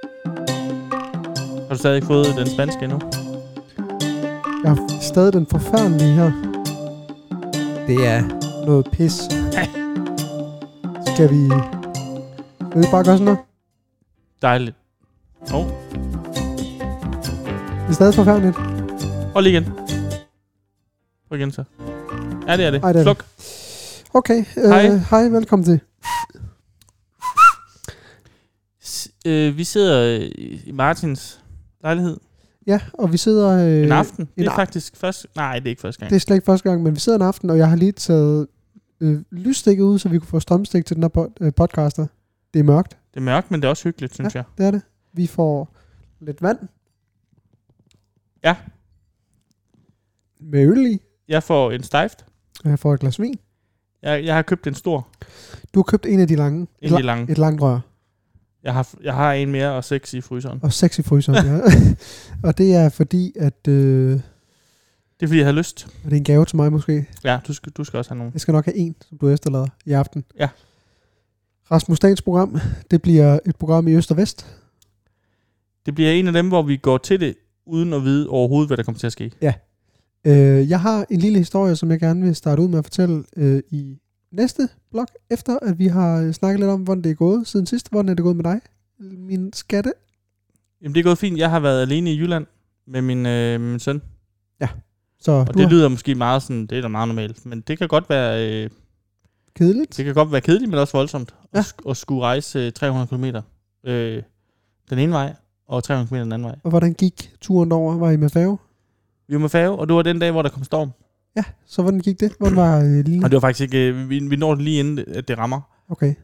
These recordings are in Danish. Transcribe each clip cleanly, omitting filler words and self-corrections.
Har du stadig ikke fået den spanske endnu? Jeg har stadig den forfærdelige her. Det er noget pis. Skal vi bare gøre sådan noget? Dejligt. Det er stadig forfærdeligt. Prøv lige igen. Prøv igen så. Ja, det er det. Ej, det er Sluk. Okay. Hej, velkommen til. Vi sidder i Martins lejlighed. Ja, og vi sidder... en aften. Det er faktisk første... Nej, det er ikke første gang. Det er slet ikke første gang, men vi sidder en aften, og jeg har lige taget lysstikket ud, så vi kunne få strømstik til den her podcaster. Det er mørkt. Det er mørkt, men det er også hyggeligt, synes jeg. Det er det. Vi får lidt vand. Ja. Med øl i. Jeg får en stejft. Og jeg får et glas vin. Jeg har købt en stor. Du har købt en af de lange. Et langt rør. Jeg har en mere og 6 i fryseren. Og 6 i fryseren, ja. Og det er fordi, at... Det er fordi, jeg har lyst. Og det er en gave til mig måske. Ja, du skal også have nogen. Jeg skal nok have en, som du efterlader i aften. Ja. Rasmus Dagens program, det bliver et program i øst og vest. Det bliver en af dem, hvor vi går til det, uden at vide overhovedet, hvad der kommer til at ske. Ja. Jeg har en lille historie, som jeg gerne vil starte ud med at fortælle i næste blog, efter at vi har snakket lidt om, hvordan det er gået siden sidst. Hvordan er det gået med dig, min skatte? Jamen, det er gået fint. Jeg har været alene i Jylland med min søn. Ja. Så og det lyder måske meget sådan, det er da meget normalt, men det kan godt være... kedeligt? Det kan godt være kedeligt, men også voldsomt. Ja. At skulle rejse 300 km den ene vej, og 300 km den anden vej. Og hvordan gik turen derover? Var I med færge? Vi var med færge, og det var den dag, hvor der kom storm. Ja, så hvordan gik det? Hvordan var lige? Og det var faktisk ikke... Vi når det lige inden, at det rammer. Okay.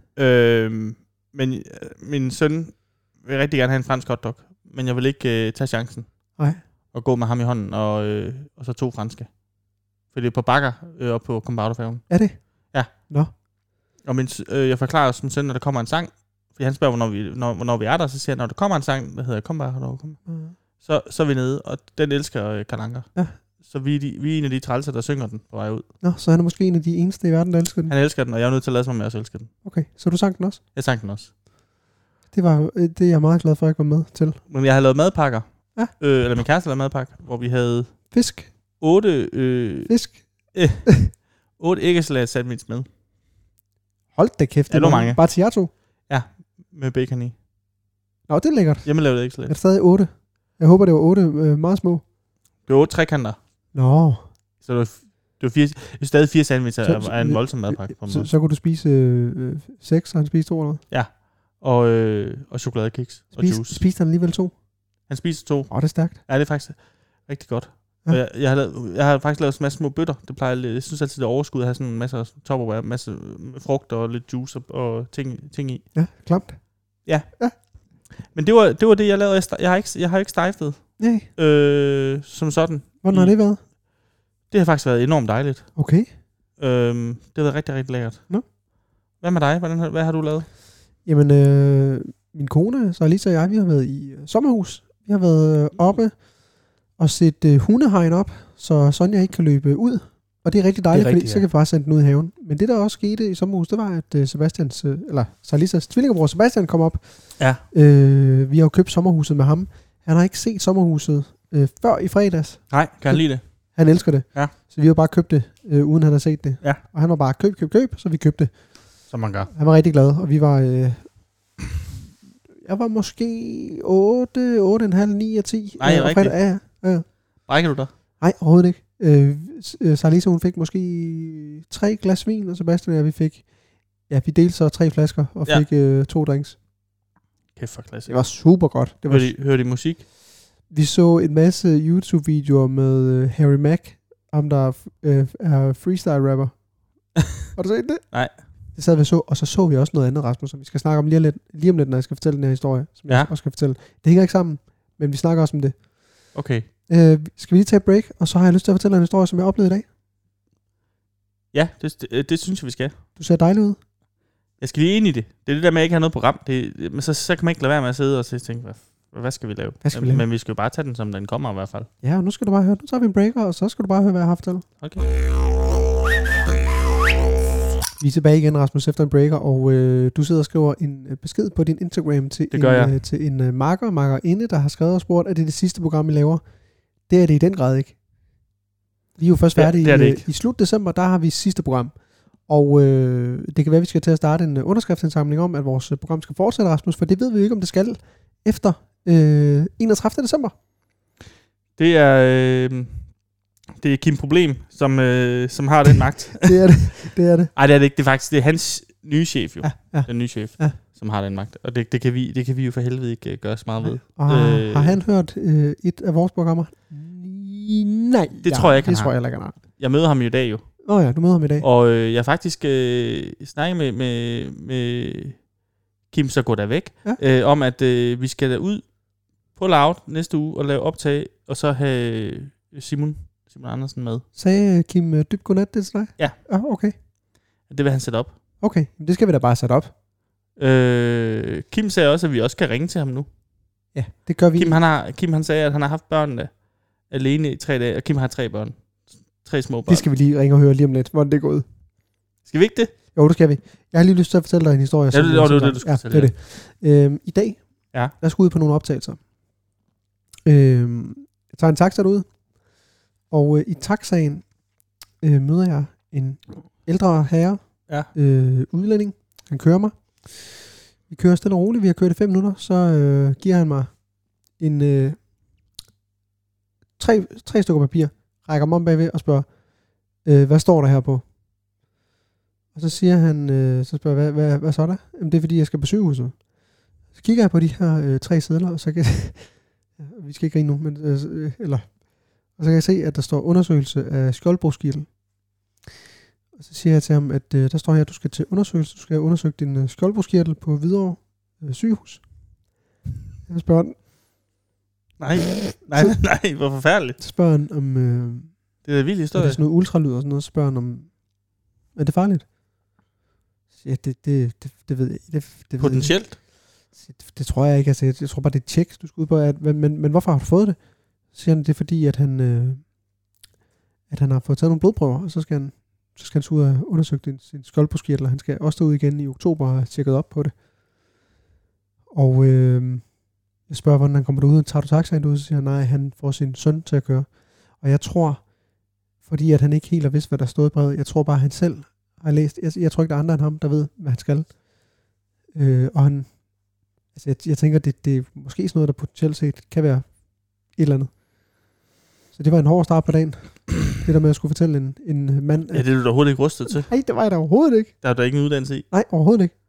Men min søn vil rigtig gerne have en fransk hotdog, men jeg vil ikke tage chancen. Nej. Og gå med ham i hånden, og så 2 franske. For det er på bakker og på Combardo-færgen. Er det? Ja. Nå. Og jeg forklarer også min søn, når der kommer en sang, fordi han spørger, hvornår vi er der, så siger han, når der kommer en sang, der hedder Combardo, så er vi nede, og den elsker Karl Anker. Ja. Så vi er en af de trælser, der synger den på vej ud. Nå, så han er måske en af de eneste i verden, der elsker den. Han elsker den, og jeg er nødt til at lade som om jeg også elsker den. Okay, så du sang den også? Jeg sang den også. Det er jeg meget glad for, at jeg kom med til. Men jeg har lavet madpakker. Ja. Eller min kæreste lavede madpakke, hvor vi havde... Fisk? 8... Fisk? 8 æggesalat sandwich med. Hold da kæft. Det var mange. Bare til jer 2? Ja, med bacon i. Nå, det er lækkert. Hjemmelavet æggesalat. Er det stadig 8? Jeg håber, det var 8 meget små. Det var 8 trekanter. Nå. Så det var 4, stadig 4 sandwicher af en voldsom madpakke. Så kunne du spise 6, og han spiste 2 eller noget? Ja, og chokoladekiks og juice. Spiste han alligevel 2? Han spiste 2. Det er stærkt. Ja, det er faktisk rigtig godt. Ja. Jeg har faktisk lavet en masse små bøtter. Jeg synes altid, det er overskud at have sådan en masse topperware, masse frugt og lidt juice og ting i. Ja, klamt. Ja. Men det var det, jeg lavede. Jeg har ikke stejftet. Nej. Som sådan. Hvordan har det været? Det har faktisk været enormt dejligt. Okay. Det har været rigtig, rigtig lækkert. Nå. Hvad med dig? Hvad har du lavet? Jamen, min kone, så Lisa og jeg, vi har været i sommerhus. Vi har været oppe og set hundehegn op, så Sonja ikke kan løbe ud. Og det er rigtig dejligt, fordi så kan vi bare sende den ud i haven. Men det, der også skete i sommerhus, det var, at Salisas tvillingebror Sebastian kom op. Ja. Vi har jo købt sommerhuset med ham. Han har ikke set sommerhuset før i fredags. Nej, kan han lide det? Han elsker det. Ja. Så vi har bare købt det, uden han har set det. Ja. Og han var bare køb, så vi købte det. Som man gør. Han var rigtig glad, og vi var... jeg var måske 8,5, 9 og 10. Nej, rigtigt. Ja. Brækker du dig? Nej, overhovedet ikke. Salisa, hun fik måske 3 glas vin, og Sebastian og jeg, vi delte så 3 flasker, og fik 2 drinks. Kæft for klasse. Det var super godt. Hørte I musik? Vi så en masse YouTube-videoer med Harry Mack, ham der er freestyle-rapper. Har du set det? Nej. Det sad vi og så vi også noget andet, Rasmus, som vi skal snakke om lige om lidt, når jeg skal fortælle den her historie, som jeg også skal fortælle. Det hænger ikke sammen, men vi snakker også om det. Okay. Skal vi lige tage et break, og så har jeg lyst til at fortælle en historie, som jeg oplevede i dag. Ja, det synes jeg, vi skal. Du ser dejlig ud. Jeg skal lige ind i det. Det er det der med, at jeg ikke har noget program. Men så kan man ikke lade være med at sidde og tænke, hvad skal vi lave? Men vi skal jo bare tage den, som den kommer i hvert fald. Ja, og nu skal du bare høre. Nu tager vi en breaker, og så skal du bare høre, hvad jeg har haft til. Okay. Vi er tilbage igen, Rasmus, efter en breaker, og du sidder og skriver en besked på din Instagram til en markerinde, der har skrevet og spurgt, at det er det sidste program, I laver. Det er det i den grad ikke. Vi er jo først færdige i slut december, der har vi sidste program. Og det kan være, at vi skal til at starte en underskriftsindsamling om, at vores program skal fortsætte, Rasmus, for det ved vi jo ikke, om det skal efter 31. december. Det er Kim Problem, som har den magt. Det er det. Nej, det er det ikke. Det er hans nye chef jo. Ja. Den nye chef, som har den magt. Og det kan vi jo for helvede ikke gøre så meget ved. Og har han hørt et af vores programmer? Nej. Det tror jeg ikke, han har. Tror jeg ikke, jeg møder ham jo i dag jo. Ja, du møder ham i dag. Og jeg faktisk snakket med Kim, så går der væk, om at vi skal ud på Loud næste uge og lave optag, og så have Simon Andersen med. Sagde Kim dybt godnat det til dig? Ja. Okay. Det vil han sætte op. Okay, det skal vi da bare sætte op. Kim sagde også, at vi også kan ringe til ham nu. Ja, det gør vi. Kim han sagde, at han har haft børnene alene i 3 dage, og Kim har 3 børn. 3 små børn. Det skal vi lige ringe og høre lige om lidt, hvordan det er gået. Skal vi ikke det? Jo, det skal vi. Jeg har lige lyst til at fortælle dig en historie. Ja, det er det, du skal fortælle. Det. I dag, jeg skal ud på nogle optagelser. Jeg tager en taxa derude, og i taxaen møder jeg en ældre herre, udlænding. Han kører mig. Vi kører stille og roligt. Vi har kørt i 5 minutter. Så giver han mig en 3 stykker papir. Rækker mig om bagved og spørger, hvad står der her på? Og så siger han, så spørger jeg, hvad så er der? Jamen det er fordi, jeg skal på sygehuset. Så kigger jeg på de her 3 sedler, og så kan vi skal ikke grine nu, men og så kan jeg se, at der står undersøgelse af skjoldbruskkirtel. Og så siger jeg til ham, at der står her, at du skal til undersøgelse. Du skal have undersøgt din skjoldbruskkirtel på Hvidovre sygehus. Jeg spørger han, Nej, hvor forfærdeligt. Så spørger han om... det er en vild historie. Det er sådan noget ultralyd og sådan noget. Så spørger han om... Er det farligt? Ja, det ved jeg ikke. Potentielt? Det tror jeg ikke. Altså, jeg tror bare, det er et tjek, du skal ud på. Men hvorfor har du fået det? Så siger han, det er fordi, at han har fået taget nogle blodprøver, og så skal han ud og undersøge sin skjoldbruskkirtel, og han skal også ud igen i oktober og have tjekket op på det. Og jeg spørger, hvordan han kommer derud. Tager du taxaen ud? Så siger han, nej, han får sin søn til at køre. Og jeg tror, fordi at han ikke helt har vidst, hvad der stod i brevet, jeg tror bare, at han selv har læst. Jeg tror ikke, der er andre end ham, der ved, hvad han skal. Og han... Altså, jeg tænker, det er måske sådan noget, der potentielt set kan være et eller andet. Så det var en hård start på dagen. Det der med at skulle fortælle en mand... Ja, det er du da overhovedet ikke rustet til. Nej, det var jeg da overhovedet ikke. Der er der ingen uddannelse i. Nej, overhovedet ikke.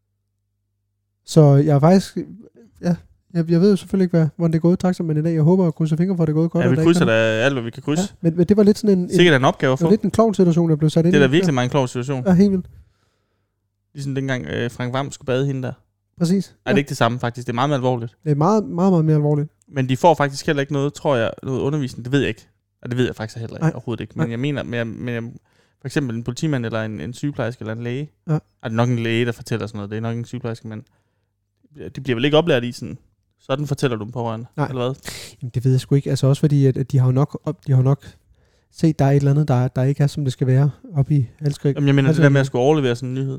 Så jeg er faktisk... Ja, jeg ved jo selvfølgelig ikke, hvordan det er gået taxa, men i dag, jeg håber at krydse fingre for, at det er gået godt. Ja, vi krydser da alt, hvad vi kan krydse. Ja, men det var lidt sådan sikkert en opgave at få. Det var lidt en klovn situation, der blev sat ind i. Det er da virkelig meget en klovn situation. Ja, helt vildt. Ligesom dengang Frank Hvam skulle bade hende der. Præcis. Nej, det er ikke det samme faktisk. Det er meget mere alvorligt. Det er meget, meget, meget mere alvorligt. Men de får faktisk heller ikke noget, tror jeg, noget undervisning. Det ved jeg ikke. Og det ved jeg faktisk heller ikke. Overhovedet ikke. Men jeg mener, for eksempel en politimand eller en sygeplejerske eller en læge. Ja. Er det nok en læge, der fortæller sådan noget? Det er nok en sygeplejerske, men de bliver vel ikke oplært i sådan fortæller du dem pårørende, eller hvad? Jamen, det ved jeg sgu ikke. Altså også fordi, at de har jo nok set, der er et eller andet, der ikke er, som det skal være oppe i Halskrig. Jamen, jeg mener, det der med at skulle overlevere sådan en nyhed.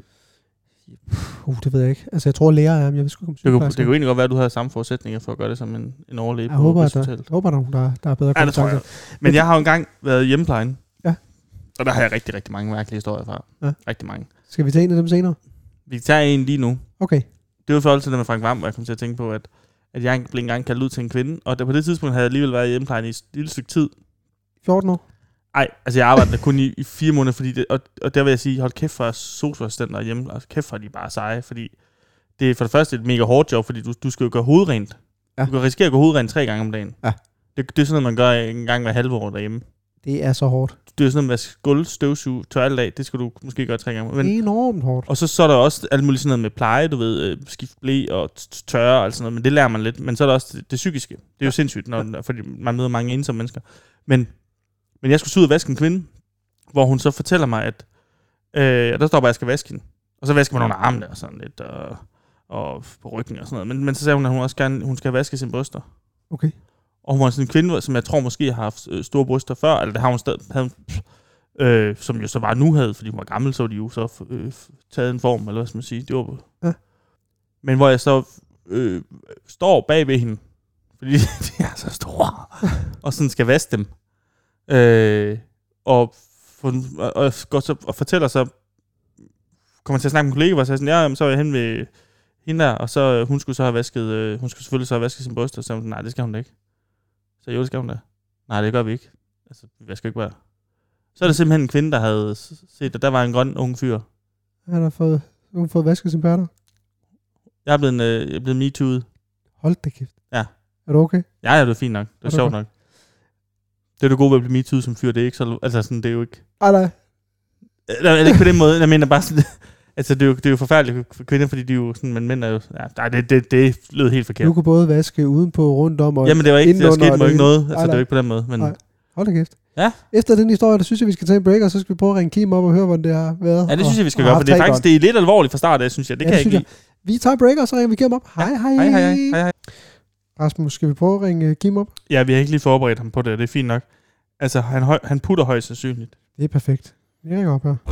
Det ved jeg ikke. Altså, jeg tror, læger er, men jeg ved sgu ikke om sygeplejersker. Det kunne egentlig godt være, at du havde samme forudsætninger for at gøre det som en overlæge på hospitalet. Jeg håber, der er bedre kompetencer. Men jeg har jo engang været i hjemmeplejen. Ja. Og der har jeg rigtig, rigtig mange mærkelige historier fra. Ja. Rigtig mange. Skal vi tage en af dem senere? Vi tager en lige nu. Okay. Det var i forhold til det med Frank Hvam, hvor jeg kom til at tænke på, at jeg blev engang kaldt ud til en kvinde, og på det tidspunkt havde jeg alligevel været i hjemmeplejen i et lille stykke tid. 14 år? Nej, altså jeg arbejdede kun i 4 måneder, fordi det, og der vil jeg sige, hold kæft for sosu-assistenter hjemme, altså kæft for de bare seje, fordi det er for det første et mega hårdt job, fordi du skal jo gøre hovedrent. Ja. Du kan risikere at gå hovedrent 3 gange om dagen. Ja. Det er sådan noget, man gør en gang hver halve år derhjemme. Det er så hårdt. Det er sådan noget med at gulv, støvsuge, tørre alt af, det skal du måske gøre 3 gange. Men, det er enormt hårdt. Og så er der også alt muligt sådan noget med pleje, du ved, skift ble og tørre og alt sådan noget, men det lærer man lidt. Men så er der også det psykiske. Det er jo sindssygt, fordi man møder mange ensomme mennesker. Men jeg skulle ud og vaske en kvinde, hvor hun så fortæller mig, at der står bare, at jeg skal vaske hende. Og så vasker man nogle armene og sådan lidt, og på ryggen og sådan noget. Men så sagde hun, at hun også gerne skal vaske sine bryster. Okay. Og hun var sådan en kvinde, som jeg tror måske har haft store bryster før, eller det har hun stadig. som jo så var nu havde, fordi hun var gammel, så var de jo så taget en form, eller hvad skal man sige. Det var... Ja. Men hvor jeg så står bag ved hende, fordi de er så store, og sådan skal vaske dem. Og går så og fortæller så, kommer til at snakke med en kollega, og så sådan, ja, så er jeg hen ved hende der, og så hun skulle så have vasket, hun skulle selvfølgelig så have vasket sin bryst, og så nej, det skal hun da ikke. Så jo, det skal hun da. Nej, det gør vi ikke. Altså, vi vasker ikke bare. Så er det simpelthen en kvinde, der havde set, at der var en grøn ung fyr. Han har fået vasket sin pærter. Jeg er blevet MeToo'et. Hold da kæft. Ja. Er du okay? Ja, det er fint nok. Det er sjovt nok. Det er det gode ved at blive MeToo'et som fyr. Det er ikke så... Altså, sådan, det er jo ikke... Nej. Eller ikke på den måde. Jeg mener bare sådan... Altså, det er jo forfærdeligt for kvinder, fordi de er jo sådan... Men mænd er jo... Ja, det lød helt forkert. Du kunne både vaske udenpå, rundt om og... Jamen, det var ikke... Der skete mig ikke noget. Altså, det er jo ikke på den måde. Men... Nej. Hold da kæft. Ja. Efter den historie, der synes jeg, vi skal tage en break, og så skal vi prøve at ringe Kim op og høre, hvordan det har været. Ja, det synes jeg, vi skal gøre, for det er faktisk det er lidt alvorligt fra start af, synes jeg. Det kan jeg ikke lide. Vi tager break, og så ringer vi Kim op. Hej. Rasmus, skal vi prøve at ringe Kim op? Ja, vi har ikke lige forberedt ham på det, det er fint nok. Altså, han putter højst sandsynligt. Det er perfekt. Vi ringer op her.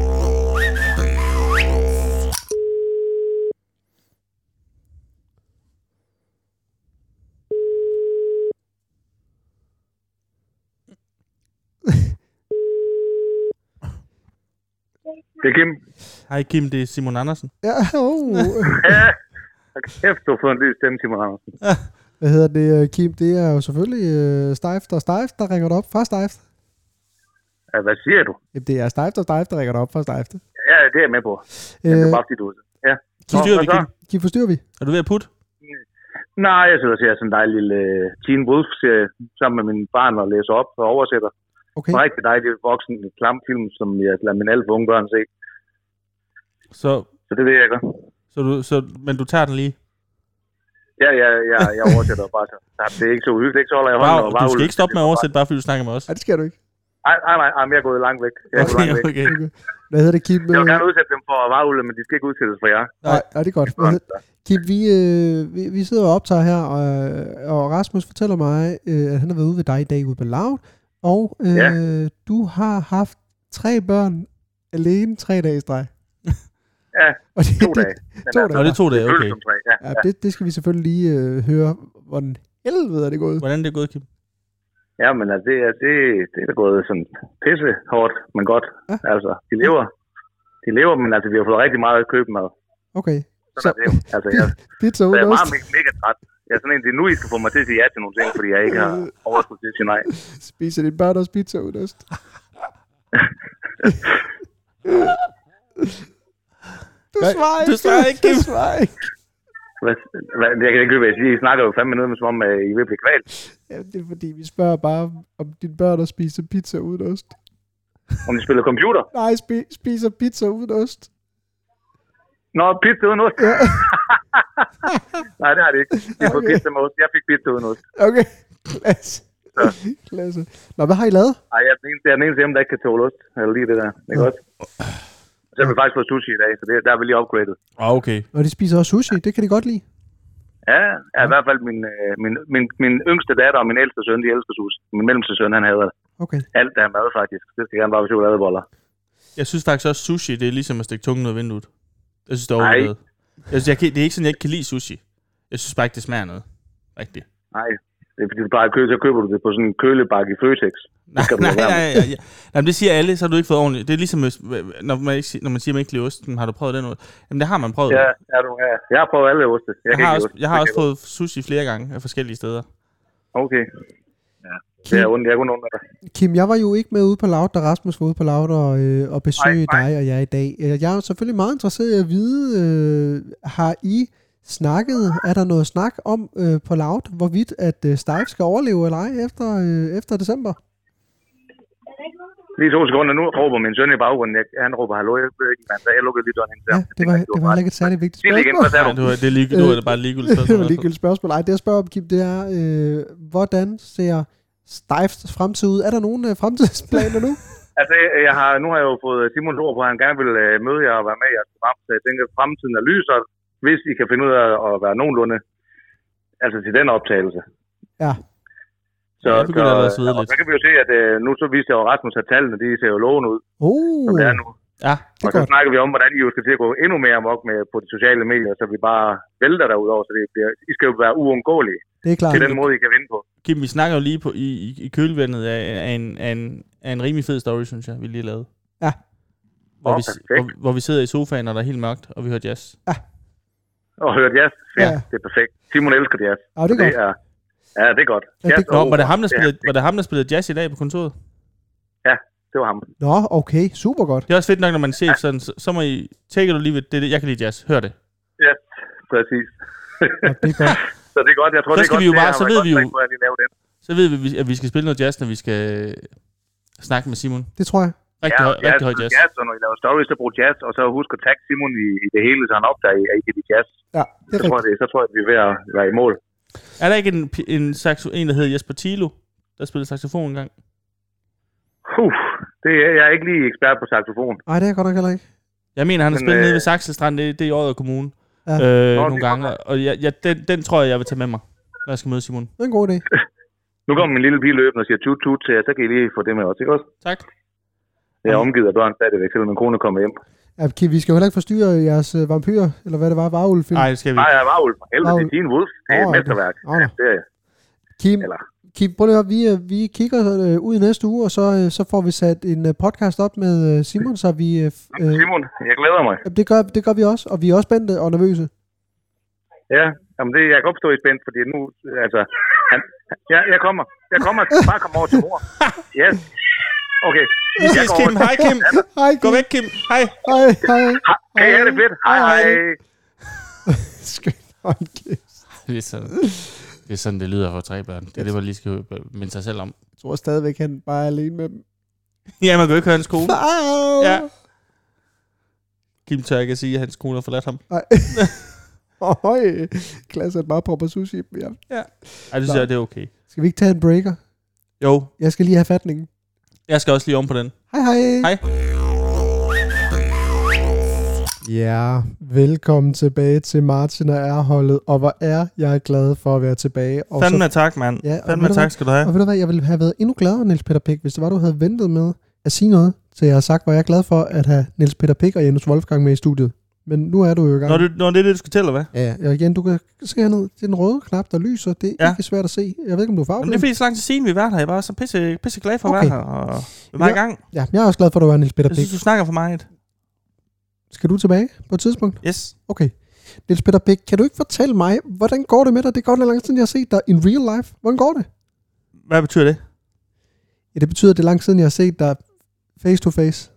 Det er Kim. Hej Kim, det er Simon Andersen. Ja, Ja, kæft, du har fået en lille stemme, Simon Andersen. Hvad hedder det, Kim? Det er jo selvfølgelig Steift, der ringer dig op fra Steift. Ja, hvad siger du? Jamen, det er Steift, der ringer dig op fra Steift. Ja, det er jeg med på. Det er bare fordi, du... Ja. Forstyrrer vi, Kim? Kim, forstyrrer vi? Er du ved at putte? Nej, jeg sidder og ser sådan en dejlig lille Teen Wolf-serie sammen med min barn og læser op og oversætter. Okay. En rigtig dejlig voksen klamfilm, som jeg lader mine alt for unge børn se. Så det vil jeg gøre. Men du tager den lige? Ja, jeg oversætter bare så. Det er ikke så uhyggeligt, ikke så holder jeg hånden. Du skal ikke stoppe med at oversætte, bare fordi du snakker med os. Nej, det skal du ikke. Nej, jeg er gået langt væk. Okay. Hvad hedder det, Kim? Jeg vil gerne udsætte dem for varulve, men de skal ikke udsættes for jer. Nej, det er godt. Kim, vi sidder og optager her, og Rasmus fortæller mig, at han har været ude ved dig i dag ude på Loud, og du har haft 3 børn alene 3 dage i streg. Ja, og det, 2 dage. Og det er 2 dage, okay. Ja, det skal vi selvfølgelig lige høre, hvordan helvede er det gået. Hvordan det er gået, Kim? Ja, men altså, det er gået sådan pisse hårdt, men godt. Ja. Altså, de lever, men altså, vi har fået rigtig meget købmad. Okay. Så det er det. Altså, pizza uden jeg er ost. meget mega træt. Jeg er sådan en, det er nu, I skal få mig til at sige ja til nogle ting, fordi jeg ikke har overskud til at sige nej. Spiser din børn også pizza uden ost? Du svarer ikke, Kim. Jeg kan ikke købe, at I snakker jo 5 minutter, som om I vil blive kvalt. Ja, det er fordi, vi spørger bare, om dine børn der spiser pizza uden ost. Om de spiller computer? Nej, spiser pizza uden ost. Nå, pizza uden ost? Ja. Nej, det har de ikke. De har fået pizza med ost. Jeg fik pizza uden ost. Okay, klasse. Nå, hvad har I lavet? Nej, jeg er den eneste hjemme, der ikke kan tåle ost. Eller lige det der. Det er godt. Så har vi faktisk fået sushi i dag, så der er vi lige upgradet. Okay. Og de spiser også sushi, det kan de godt lide. Ja, i hvert fald min yngste datter og min ældste søn, de elsker sushi. Min mellemste søn, han hader det. Okay. Alt der er mad, faktisk. Det skal gerne bare være chokoladeboller. Jeg synes faktisk også, sushi, det er ligesom at stikke tungen ud af vinduet. Jeg synes, det er overlevet. Det er ikke sådan, jeg ikke kan lide sushi. Jeg synes bare ikke, det smager noget. Rigtigt. Nej, det er fordi, du plejer at købe, så køber du det på sådan en kølebakke i Føtex. Nej. Jamen, det siger alle, så har du ikke fået ordentligt. Det er ligesom, når man siger, man ikke lide osten. Har du prøvet den ud? Jamen, det har man prøvet. Ja, jeg har prøvet alle oste. Jeg har også prøvet sushi flere gange af forskellige steder. Okay. Ja, det er ondt. Jeg kunne under dig. Kim, jeg var jo ikke med ude på Loud, da Rasmus var ude på Loud og besøge dig og jeg i dag. Jeg er selvfølgelig meget interesseret i at vide, har I snakket, er der noget snak om på Loud, hvorvidt at Steift skal overleve eller ej efter december? Lige 2 sekunder. Nu råber min søn i baggrunden. Han råber hallo. Jeg lukker lige døren ind der. Ja, det var heller ikke et særligt vigtigt spørgsmål. Det var bare ligegyldigt spørgsmål. Det var ligegyldigt spørgsmål. Ej, det jeg spørger om, Kim, det er, hvordan ser Steifts fremtid ud? Er der nogen fremtidsplaner nu? Altså, nu har jeg jo fået Simons ord på, at han gerne vil møde jer og være med i jeres program. Så jeg tænker, at fremtiden er lys, og hvis I kan finde ud af at være nogenlunde, altså til den optagelse. Ja. Så, jeg begynder at svede lidt. Så kan vi jo se, at nu så viste jeg jo Rasmus, at tallene, de ser jo lovende ud. Som det er nu. Ja, det og så godt. Snakker vi om, hvordan I jo skal til at gå endnu mere amok med på de sociale medier, så vi bare vælter derudover, så det bliver, I skal jo være uundgåelige. Det er klart. Det er den måde, I kan vinde på. Kim, vi snakker jo lige på, i kølvandet af en rimelig fed story, synes jeg, vi lige lavede. Ja. Hvor vi sidder i sofaen, og der er helt mørkt, og vi hører jazz. Ja. Og hørt jazz. Ja, det er perfekt. Simon elsker jazz. Ja, det er godt. Ja, det er godt. Ja, det er godt. Var det ham, der spillede jazz i dag på kontoret? Ja, det var ham. Nå, okay. Super godt. Det er også fedt nok, når man ser sådan, så må I tænke du lige ved det. Jeg kan lide jazz. Hør det. Ja, præcis. Ja, det er godt. Så det er godt. Jeg tror, så det er godt. Vi jo bare, så ved vi, at vi skal spille noget jazz, når vi skal snakke med Simon. Det tror jeg. Rigtig høj jazz. Og når I laver stories, så brug jazz, og så husk at tagge Simon i det hele, så han opdager, at I kan lide jazz. Ja, det er så tror jeg, at vi er ved at være i mål. Er der ikke en der hedder Jesper Thilo, der spillede saxofon engang? Jeg er ikke lige ekspert på saxofon. Nej, det er godt nok heller ikke. Jeg mener, han har spillet nede ved Saxelstrand, det er i Odder Kommune. Ja. Nogle gange, og den tror jeg vil tage med mig, når jeg skal møde Simon. Det er en god idé. Nu kommer min lille pige løbende og siger tut til jer, så kan I lige få det med også, ikke også? Tak. Jeg er omgivet af børn stadigvæk, selvom min kone kommer hjem. Ja, Kim, vi skal jo heller ikke forstyrre jeres vampyr, eller hvad det var, varulv. Nej, det skal vi ikke. Nej, varulv. Helvede, det er din Wolf. Det er et mesterværk. Ja, det er Kim, prøv lige at høre, vi kigger ud i næste uge, og så får vi sat en podcast op med Simon, så vi... Simon, jeg glæder mig. Det gør vi også, og vi er også spændte og nervøse. Ja, jamen det, jeg kan opstå i spændt, fordi nu, altså... Jeg kommer. Bare kom over til mor. Yes. Okay. Vi ses, Kim. Hej, Kim. Hej, Kim. Gå væk, Kim. Hej. Hej. Kan I have det fedt? Hej. Det er sådan, det lyder for 3 børn. Det er det, man lige skal minde sig selv om. Jeg tror stadigvæk, han bare er alene med dem. Ja, man kan jo ikke høre hans kone. Ja. Kim tør ikke at sige, at hans kone har forladt ham. Nej. Høj. Klasse, at bare propper sushi. Ja. Ej, det synes jeg, det er okay. Skal vi ikke tage en breaker? Jo. Jeg skal lige have fatningen. Jeg skal også lige om på den. Hej. Ja, velkommen tilbage til Martin og R-holdet, og hvor er jeg glad for at være tilbage. Fandme tak, mand. Ja, fandme tak skal du have. Og ved du hvad, jeg ville have været endnu gladere, Niels Peter Pick, hvis det var, du havde ventet med at sige noget, så jeg har sagt, hvor jeg er glad for at have Niels Peter Pick og Jens Wolfgang med i studiet. Men nu er du jo i gang. Når det er det, du skal tælle, hvad? Ja, og igen, du kan se herned til den røde knap, der lyser. Det er ikke svært at se. Jeg ved ikke, om du er farveblind. Men det er fordi, så lang tid siden vi var her. Jeg var så pisse glad for at være her. Og vi var i gang. Ja, jeg er også glad for, at du er Niels Peter Pick. Jeg synes, du snakker for meget. Skal du tilbage på et tidspunkt? Yes. Okay. Niels Peter Pick, kan du ikke fortælle mig, hvordan går det med dig? Det går lang siden, jeg har set dig in real life. Hvordan går det? Hvad betyder det? Ja, det betyder, at det er lang siden, jeg har set dig face to face.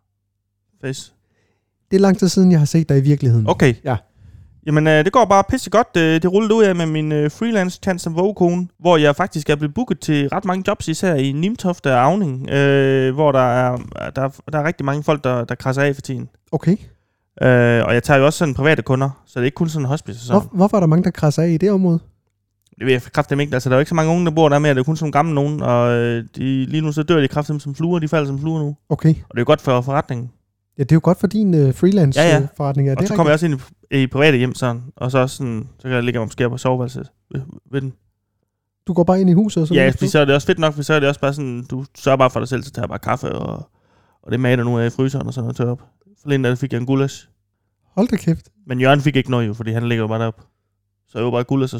Face? Det er lang tid siden, jeg har set dig i virkeligheden. Okay. Ja. Jamen, det går bare pisse godt. Det rullede ud af med min freelance-tant som vågekone, hvor jeg faktisk er blevet booket til ret mange jobs, især i Nimtofte og Avning, hvor der er rigtig mange folk, der krasser af for tiden. Okay. Og jeg tager jo også sådan private kunder, så det er ikke kun sådan en hospice. Hvorfor er der mange, der krasser af i det område? Det ved jeg kraftedeme ikke. Altså, der er jo ikke så mange unge, der bor der mere. Det er kun sådan gamle nogen, og lige nu så dør de kraftedeme som fluer. De falder som fluer nu. Okay. Og det er jo godt for forretningen. Ja, det er jo godt for din freelance-forretning. Og så kommer jeg også ind i private hjem sådan, og så sådan, så kan jeg ligge måske på soveværelset ved den. Du går bare ind i huset og så? Ja, fordi så er det også fedt nok, for så er det også bare sådan, du sørger bare for dig selv, så tager bare kaffe og det mad, der nu er i fryseren og sådan noget tør op. Forleden der fik jeg en gulasch. Hold da kæft. Men Jørgen fik ikke noget jo, fordi han ligger jo bare deroppe. Så jeg var bare gulasch og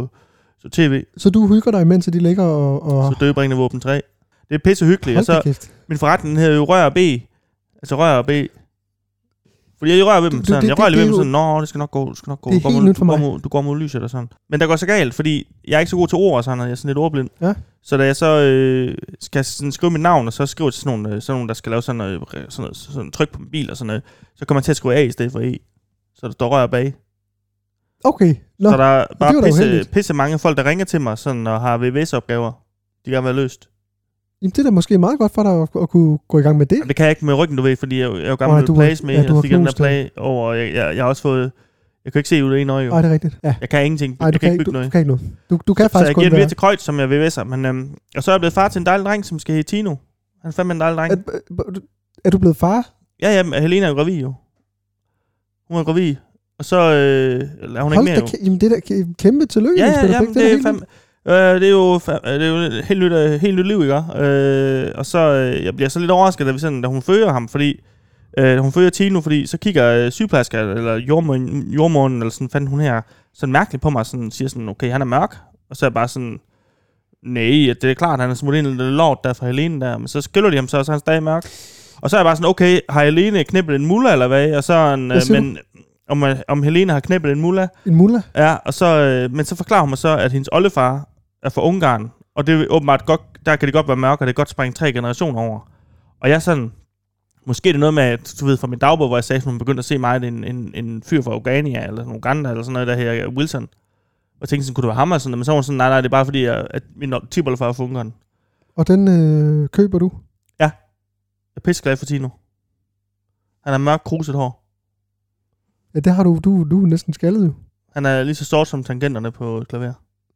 så tv. Så du hygger dig, mens de ligger og... Så dødbringende våben 3. Det er pisse hyggeligt. Hold da kæft. Min forretning hedder jo Rør B. Altså Rør B. Fordi jeg rører ved dem sådan. Jeg rører lige ved dem sådan, nå, det skal nok gå. Det er helt nyt for mig. Du går mod lyset eller sådan. Men der går så galt, fordi jeg er ikke så god til ord og sådan, og jeg er sådan lidt ordblind. Ja. Så da jeg så skal sådan skrive mit navn, og så skriver til sådan nogle, der skal lave sådan tryk på mobil og sådan noget, så kommer jeg til at skrive A i stedet for E. Så der står Rør bag. Okay. Så der er bare pisse mange folk, der ringer til mig sådan, og har VVS-opgaver. De kan være løst. Jamen, det er da måske meget godt for dig at kunne gå i gang med det. Jamen, det kan jeg ikke med ryggen, du ved, fordi jeg er jo gammel med plays med, jeg fik den der play over, jeg har også fået, jeg kan ikke se ud af en øje jo. Nej, det er rigtigt. Ja. Jeg kan ingenting, jeg kan ikke bygge noget. Du kan ikke noget. Du kan faktisk så jeg giver det videre til Kreutz, som jeg VVS'er, men og så er jeg blevet far til en dejlig dreng, som skal hedde Tino. Han er fandme en dejlig dreng. Er du blevet far? Ja, Helena er jo gravid jo. Hun er gravid, og så er hun ikke mere jo. Jamen, det er da kæmpe tillykke. Ja, jamen, det er fandme. Det er jo et helt nyt liv, ikke? Og så jeg bliver så lidt overrasket, da hun føder ham, fordi hun føder Tino, fordi så kigger sygeplejersker, eller jordmoren, eller sådan, fandt hun her, sådan mærkeligt på mig, sådan siger sådan, okay, han er mørk, og så er jeg bare sådan, nej, det er klart, han er smuttet ind i det lort der fra Helene der, men så skylder de ham så er han stadig mørk. Og så er jeg bare sådan, okay, har Helene knippet en mulla, eller hvad? Og så men om Helene har knippet en mulla. En mulla? Ja, og så, men så forklarer hun mig så, at hendes oldefar er fra Ungarn, og det er åbenbart godt, der kan det godt være mørk, og det kan godt springe 3 generationer over. Og jeg sådan, måske det er noget med, at du ved fra min dagbog, hvor jeg sagde, at hun begyndte at se mig, at en fyr fra Uganda, eller Uganda, eller sådan noget, der her Wilson. Og jeg tænkte sådan, kunne det være ham, eller sådan, men så var hun sådan, nej, det er bare fordi, at min tipoldefar er fra Ungarn. Og den køber du? Ja. Jeg er pisseglad for Tino. Han har mørk kruset hår. Ja, det har du er næsten skaldet jo. Han er lige så sort som tangenterne på klaver.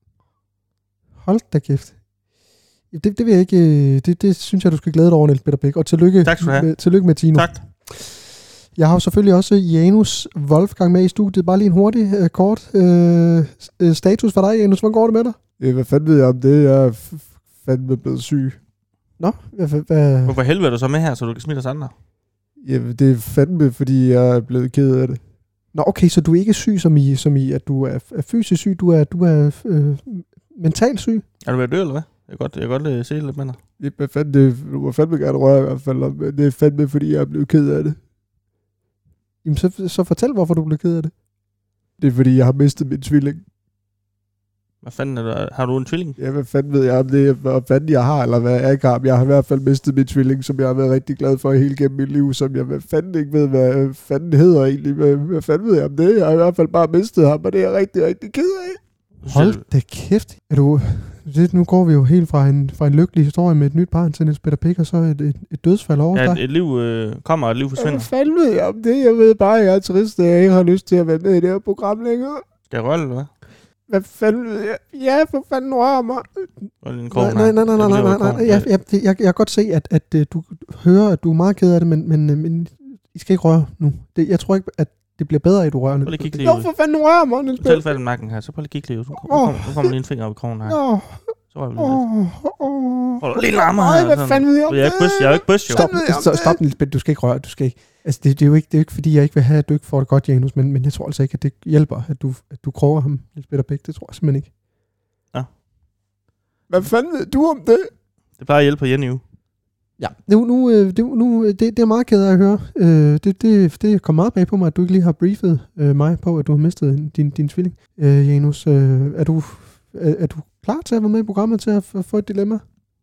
Hold da kæft. Det vil jeg ikke... Det synes jeg, du skal glæde dig over, Niels Peter Bæk. Og tillykke med Tino. Tak. Jeg har jo selvfølgelig også Janus Wolfgang med i studiet. Bare lige en hurtig, kort status for dig, Janus. Hvordan går det med dig? Ja, hvad fanden ved jeg om det? Jeg er fandme blevet syg. Nå? Hvorfor helvede er du så med her, så du kan smitte os andre? Jamen, det er fandme, fordi jeg er blevet ked af det. Nå, okay, så du er ikke syg som i at du er fysisk syg. Du er mentalt syg? Er du ved at dø, eller hvad? Jeg kan godt se lidt med dig. Du må fandme gerne røre i hvert fald, men det er fandme, fordi jeg er blevet ked af det. Jamen, så fortæl, hvorfor du blev ked af det. Det er, fordi jeg har mistet min tvilling. Hvad fanden er du? Har du en tvilling? Ja, hvad fanden ved jeg om det? Hvad fanden jeg har, eller hvad jeg ikke har. Jeg har i hvert fald mistet min tvilling, som jeg har været rigtig glad for hele gennem mit liv, som jeg fanden ikke ved, hvad fanden hedder egentlig. Hvad fanden ved jeg om det? Jeg har i hvert fald bare mistet ham, og det er jeg rigtig, rigtig ked af. Hold da kæft. Nu går vi jo helt fra en lykkelig historie med et nyt par til Niels Peter Bæk, og så et dødsfald over dig. Ja, et liv kommer, og et liv forsvinder. Hvad fanden ved jeg om det? Jeg ved bare, at jeg er trist, at jeg ikke har lyst til at være med i det her program længere. Skal jeg rølle, eller hvad? Hvad fanden ved jeg? Ja, for fanden rører mig. Nej. Jeg kan godt se, at du hører, at du er meget ked af det, men I skal ikke røre nu. Jeg tror ikke, at det bliver bedre, at du rører nu. Prøv lige kigge lige ud. For fanden rører mig. Du tager fat i nakken her, så prøv lige kigge lige ud. Nu kommer lige en finger op i krogen her. Så rører vi lidt. Hold lige larmer her. Hvad fanden ved jeg om det? Jeg er jo ikke bøs, jo. Stop, Niels Peter. Du skal ikke røre. Du skal ikke. Altså, det er jo ikke, fordi jeg ikke vil have, at du ikke får det godt, Janus, men jeg tror altså ikke, at det hjælper, at du kroger ham, Niels Peter Bæk. Det tror jeg simpelthen ikke. Ja. Hvad fanden ved du om det? Det plejer at hjælpe på Jenny jo. Ja, det er meget ked af at høre. Det kom meget bag på mig, at du ikke lige har briefet mig på, at du har mistet din tvilling. Janus, er du klar til at være med i programmet til at få et dilemma?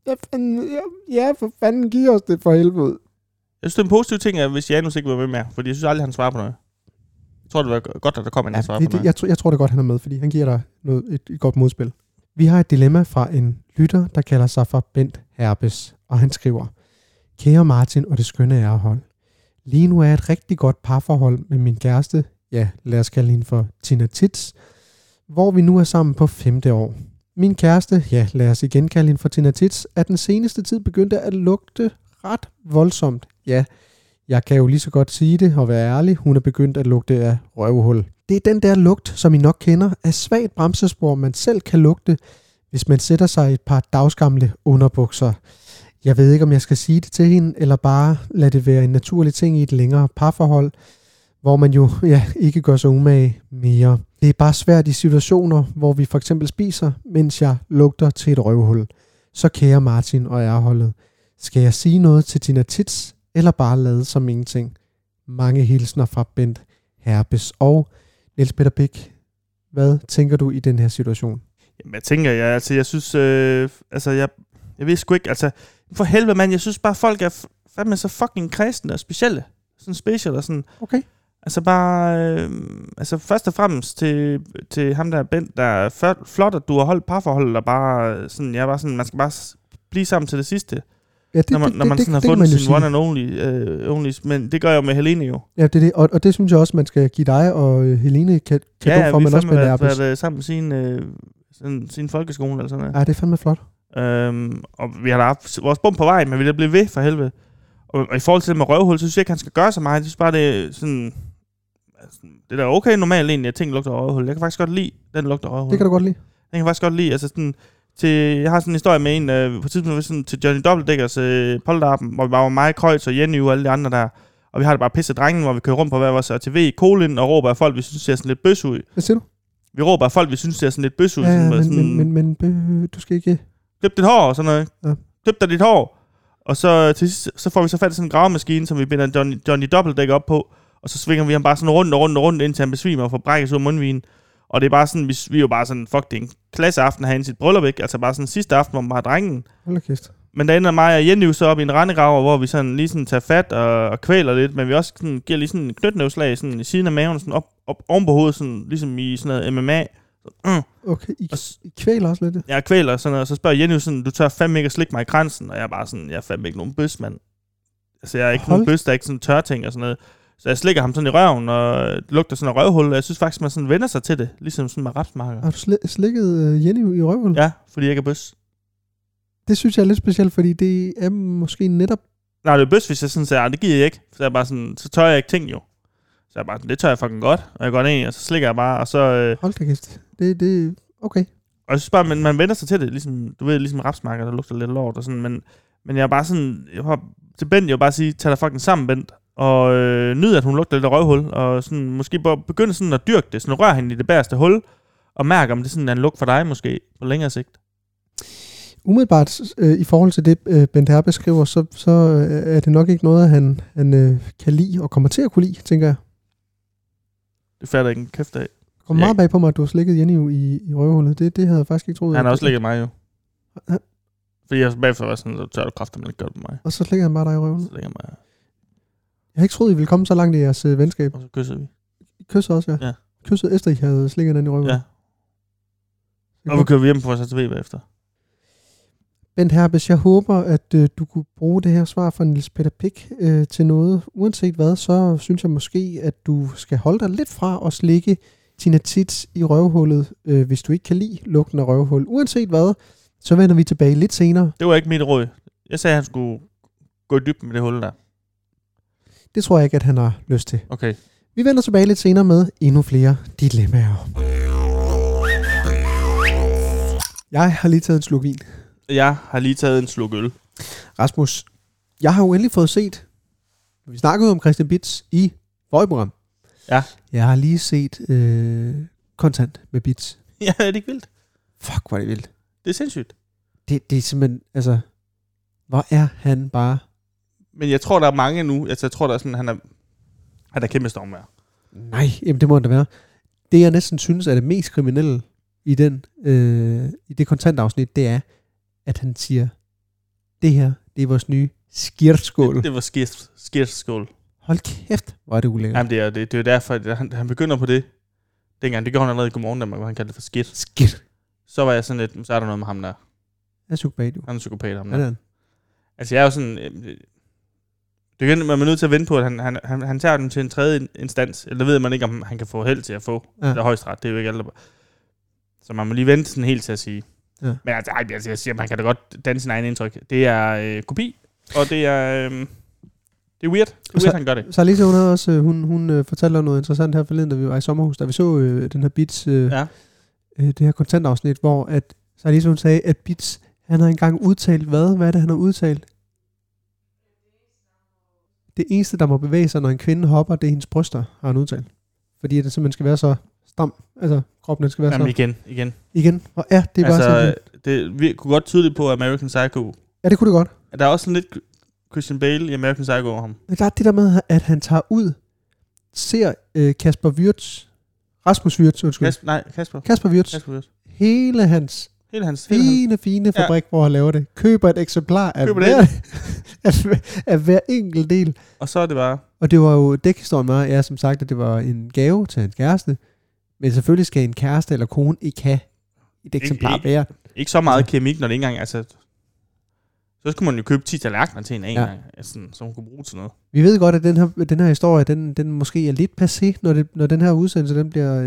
Ja, for fanden, giv os det for helvede. Jeg synes, det er en positiv ting, at hvis Janus ikke vil være med mere, fordi jeg synes aldrig, han svarer på noget. Jeg tror, det var godt, at der kommer en, der svarer på noget. Jeg tror det er godt, han er med, fordi han giver dig et godt modspil. Vi har et dilemma fra en lytter, der kalder sig for Bent Herbes, og han skriver: Kære Martin og det skønne ærhold. Lige nu er jeg et rigtig godt parforhold med min kæreste, ja, lad os kalde hende for Tina Tits, hvor vi nu er sammen på 5. år. Min kæreste, ja, lad os igen kalde hende for Tina Tits, er den seneste tid begyndte at lugte ret voldsomt. Ja, jeg kan jo lige så godt sige det og være ærlig, hun er begyndt at lugte af røvhul. Det er den der lugt, som I nok kender, af svagt bremsespor, man selv kan lugte, hvis man sætter sig i et par dagsgamle underbukser. Jeg ved ikke, om jeg skal sige det til hende, eller bare lade det være en naturlig ting i et længere parforhold, hvor man jo ikke gør sig umage mere. Det er bare svært i situationer, hvor vi for eksempel spiser, mens jeg lugter til et røvhul. Så kære Martin og ærholdet, skal jeg sige noget til Tina Tits, eller bare lade som ingenting? Mange hilsner fra Bent Herbes og Niels Peter Bæk. Hvad tænker du i den her situation? Jamen, jeg synes, jeg ved sgu ikke, for helvede mand, jeg synes bare, folk er fandme så fucking kristne og specielle. Sådan special og sådan. Okay. Først og fremmest til ham der Bent, der er flot, at du har holdt parforholdet, og bare sådan, jeg var sådan, man skal bare blive sammen til det sidste. Ja, når man sådan har fundet sin one and only, men det gør jeg jo med Helene jo. Ja, det er det, og det synes jeg også, man skal give dig og Helene kan for, man også med Herbes. Ja, vi har sammen med sin folkeskole eller sådan noget. Ja, det er fandme flot. Og vi har da haft vores bum på vej, men vi er blevet ved for helvede. Og i forhold til det med røvhul, så synes jeg ikke, han skal gøre så meget. Jeg synes bare, det er sådan... det er da okay normalt egentlig, at ting lugter af røvhul. Jeg kan faktisk godt lide, den lugter af røvhul. Det kan du godt lide? Jeg kan faktisk godt lide, sådan... Jeg har sådan en historie med en, på et tidspunkt sådan, til Johnny Dobbeltdækkers polterappen, hvor vi bare var mig, Kreuz og Jenny og alle de andre der. Og vi har det bare pisse drengen, hvor vi kører rundt på hver vores ATV i Kolin og råber af folk, vi synes ser sådan lidt bøs ud. Hvad siger du? Vi råber af folk, vi synes ser sådan lidt bøs ud. Ja, men du skal ikke... Klip dit hår og sådan noget. Ja. Klip dig dit hår. Og så til sidst, så får vi så fat i sådan en gravemaskine, som vi binder Johnny Dobbeltdækker op på. Og så svinger vi ham bare sådan rundt, indtil han besvimer og får brækket ud af mundvinen. Og det er bare sådan, vi er jo bare sådan, fuck, det er en klasseaften herinde i sit bryllup, ikke? Altså bare sådan sidste aften, hvor man bare drengen. Hold da kæft. Men der ender mig og Jenny så op i en rendegraver, hvor vi sådan lige sådan tager fat og kvæler lidt, men vi også sådan, giver lige sådan en knytnævslag sådan i siden af maven, sådan op oven på hovedet, sådan ligesom i sådan noget MMA. Okay, I kvæler også lidt? Jeg kvæler sådan noget, og så spørger Jenny sådan, du tør fandme ikke at slikke mig i kransen, og jeg er bare sådan, jeg er fandme ikke nogen bøs, mand. Altså jeg er ikke nogen bøs, der er ikke sådan tør ting og sådan noget. Så jeg slikker ham sådan i røven, og det lugter sådan af røvhul, og jeg synes faktisk, man sådan vender sig til det, ligesom sådan med rapsmarker. Har du slikket Jenny i røvhul? Ja, fordi jeg ikke er bøs. Det synes jeg er lidt specielt, fordi det er måske netop... Nej, det er bøs, hvis jeg sådan siger, det giver jeg ikke. Så jeg bare sådan, så tør jeg ikke ting jo. Så jeg bare, det tør jeg fucking godt. Og jeg går ned, og så slikker jeg bare, og så... Hold da kæft. Det okay. Og jeg synes bare, man vender sig til det, ligesom, du ved, ligesom rapsmarker, der lugter lidt lort og sådan, men jeg er bare sådan, til Bent, jeg vil bare sige, tag dig fucking sammen, Bent, og nyd, at hun lugter lidt af røvhul, og sådan, måske begynde sådan at dyrke det, sådan rør hende i det bagerste hul, og mærke, om det sådan er en lugt for dig, måske, på længere sigt. Umiddelbart, i forhold til det, Bent her beskriver, så er det nok ikke noget, han kan lide, og kommer til at kunne lide, tænker jeg. Det fatter ikke en kæft af. Det kommer meget bag på mig, at du har slikket Jenny i røvhullet. Det havde jeg faktisk ikke troet. Han har også slikket mig jo. Ja. Fordi jeg bagefter var sådan, så tør du kræfter, man ikke gør det på mig. Og så slikker han bare dig i røvhullet. Så slikker mig. Jeg har ikke troet, I ville komme så langt i jeres venskab. Og så kyssede vi. I kyssede også, ja. Kyssede efter, I havde slikket den i røvhullet. Ja. Og vi kører hjem på vores ATV bagefter. Bent Herbes, jeg håber, at du kunne bruge det her svar fra Niels Peter Pick til noget. Uanset hvad, så synes jeg måske, at du skal holde dig lidt fra at slikke Tina Tits i røvhullet, hvis du ikke kan lide lugten af røvhul. Uanset hvad, så vender vi tilbage lidt senere. Det var ikke mit råd. Jeg sagde, at han skulle gå i dybden med det hul der. Det tror jeg ikke, at han har lyst til. Okay. Vi vender tilbage lidt senere med endnu flere dilemmaer. Jeg har lige taget en slurk vin. Jeg har lige taget en slurk øl. Rasmus, jeg har jo endelig fået set, vi snakkede om Christian Bitz i forrige program. Ja. Jeg har lige set Kontant med Bitz. Ja, er det ikke vildt? Fuck, hvor er det vildt. Det er sindssygt. Det er simpelthen, altså, hvor er han bare... Men jeg tror, der er mange nu. Altså, jeg tror, der er sådan, han er kæmpe stormvær. Nej, jamen det må det være. Det, jeg næsten synes er det mest kriminelle i det kontantafsnit, det er, at han siger, det her, det er vores nye skirtskål. Det var skirtskål. Hold kæft, hvor er det ulækkert. Jamen, det er jo derfor, at han begynder på det. Dengang, det gjorde han allerede i Godmorgen Danmark, hvor han kaldte det for skirt. Så var jeg sådan lidt, så er der noget med ham der. Han er psykopat, jo. Han er psykopat, ham der. Ja, altså, jeg er jo sådan... Det er man er nødt til at vente på, at han tager den til en tredje instans. Eller ved man ikke, om han kan få held til at få. Ja. Det er højesteret, det er jo ikke alle. Så man må lige vente sådan helt til at sige. Ja. Men altså, jeg siger, man kan da godt danne sin egen indtryk. Det er kopi, og det er... Det er weird. Han gør det. Så Lisa, hun havde også, hun fortalte noget interessant her forleden, da vi var i sommerhus, da vi så den her Bitz, det her kontantafsnit, hvor at, så Lisa, hun sagde, at Bitz, han har engang udtalt hvad? Hvad er det, han har udtalt? Det eneste, der må bevæge sig, når en kvinde hopper, det er hendes bryster, har han udtalt. Fordi det simpelthen skal være så stram, altså kroppen den skal være så... Igen. Og ja, det er altså, bare sådan. Vi kunne godt tydeligt på American Psycho. Ja, det kunne det godt. Der er også sådan lidt Christian Bale i American Psycho over ham. Men der er det der med, at han tager ud, ser Kasper Wirtz, Rasmus Wirtz, undskyld. Kasper Wirtz. Hele hans fine fabrik, hvor han laver det. Køber et eksemplar af hver enkelt del. Og så er det bare... Og det var jo dækhistorien med, som sagt, at det var en gave til hans kæreste. Men selvfølgelig skal en kæreste eller kone ikke have et eksemplar hver. Ikke så meget kemik, når det ikke engang... Altså, så skulle man jo købe 10 tallerkener til en gang, altså, som hun kunne bruge til noget. Vi ved godt, at den her historie, den måske er lidt passé, når den her udsendelse, den bliver...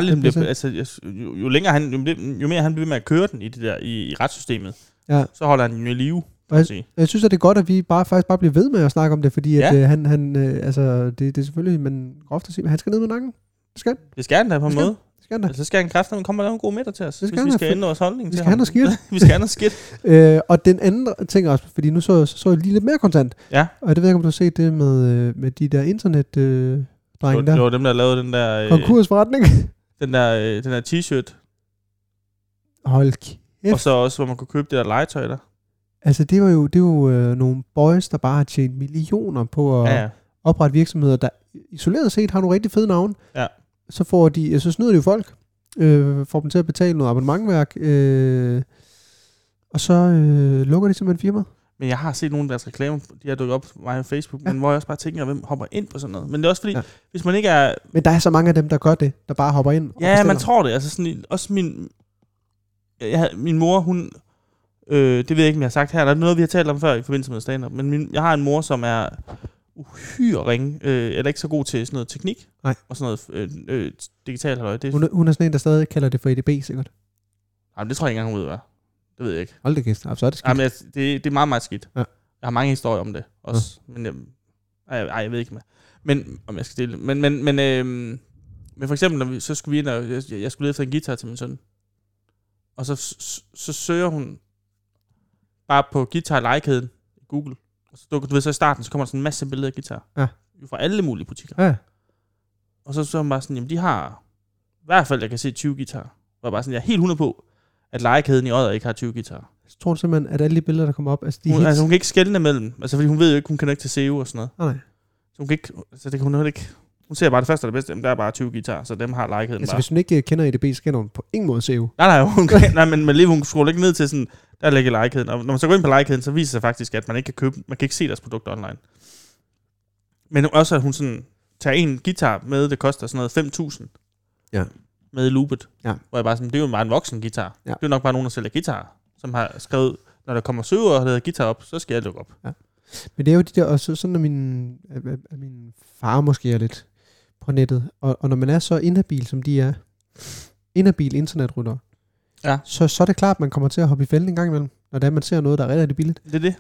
jo længere jo mere han bliver med at køre den i det der i retssystemet, så holder han den jo i live. Jeg synes, at det er godt, at vi faktisk bare bliver ved med at snakke om det, fordi at han altså, det er selvfølgelig, men groft at sige, men han skal ned med nakken. Det skal han da på en måde. Skal han da. Så skal han kræfte, at man kommer og lave en god middag til os, hvis vi skal ændre vores holdning til ham. Vi skal have noget skidt. Vi skal have noget skidt. Og den anden ting også, fordi nu så jeg lige lidt mere kontant. Ja. Og det ved jeg ikke, om du har set det med de der internet-drenge der. Det var dem, der lavede den der... konkursforretning. den der t-shirt. Hold kæft. Og så også, hvor man kunne købe det der legetøj der. Altså, det var jo nogle boys, der bare har tjent millioner på at oprette virksomheder, der isoleret set har nogle rigtig fede navne. Ja. Så snyder de jo folk. Får dem til at betale noget abonnementværk. Og så lukker de simpelthen firmaet. Men jeg har set nogle af deres reklamer, de har dukket op på mig på Facebook, men hvor jeg også bare tænker, hvem hopper ind på sådan noget. Men det er også fordi, hvis man ikke er... Men der er så mange af dem, der gør det, der bare hopper ind. Ja, man tror det. Altså sådan, også min mor, hun... det ved jeg ikke, om jeg har sagt her. Der er noget, vi har talt om før i forbindelse med stand-up. Men jeg har en mor, som er uhyre ringe. Eller ikke så god til sådan noget teknik. Nej. Og sådan noget digitalt halløj. Hun er sådan en, der stadig kalder det for EDB, sikkert. Jamen, det tror jeg ikke engang, hun ved, hvad. Det ved jeg ikke. Hold det gæst. Så er det skidt. Jamen, det er meget, meget skidt. Ja. Jeg har mange historier om det også. Ja. Men jeg ved ikke mere. Men om jeg skal stille. Men for eksempel, så skulle vi ind, og jeg skulle lede efter en guitar til min søn. Og så søger hun bare på guitar-like-heden i Google. Og så, du ved, så i starten, så kommer der sådan en masse billeder af guitar. Ja. Fra alle mulige butikker. Ja. Og så hun bare sådan, jamen de har, i hvert fald jeg kan se 20 guitarer. Og bare sådan, jeg er helt 100 på, at like-heden i Odder ikke har 20 guitarer. Så tror du simpelthen, at alle de billeder, der kommer op, altså de hun kan ikke skelne mellem. Altså fordi hun ved jo ikke, hun kan ikke til SEO og sådan noget. Nej. Så hun kan ikke, så det kan hun heller ikke. Hun ser bare det første og det bedste, jamen der er bare 20 guitarer, så dem har like-heden altså bare. Hvis hun ikke kender EDB, så kender hun på ingen måde SEO. Nej, men lige hun scroller ikke ned til sådan, der ligger like-heden. Og når man så går ind på like-heden, så viser det sig faktisk, at man ikke kan købe, man kan ikke se deres produkter online. Men også at hun sådan tager en guitar med, det koster sådan noget 5.000. Ja. Med loopet. Ja. Hvor jeg bare sådan, det er jo bare en voksen guitar. Ja. Det er nok bare nogen, der sælger guitar, som har skrevet, når der kommer søger og hedder guitar op, så skal jeg lukke op. Ja. Men det er jo de der, og sådan at min far måske er lidt på nettet, og når man er så inhabil, som de er, inhabil internetrytter, ja. så er det klart, at man kommer til at hoppe i fælden en gang imellem, når det er, man ser noget, der er rigtig billigt. Det er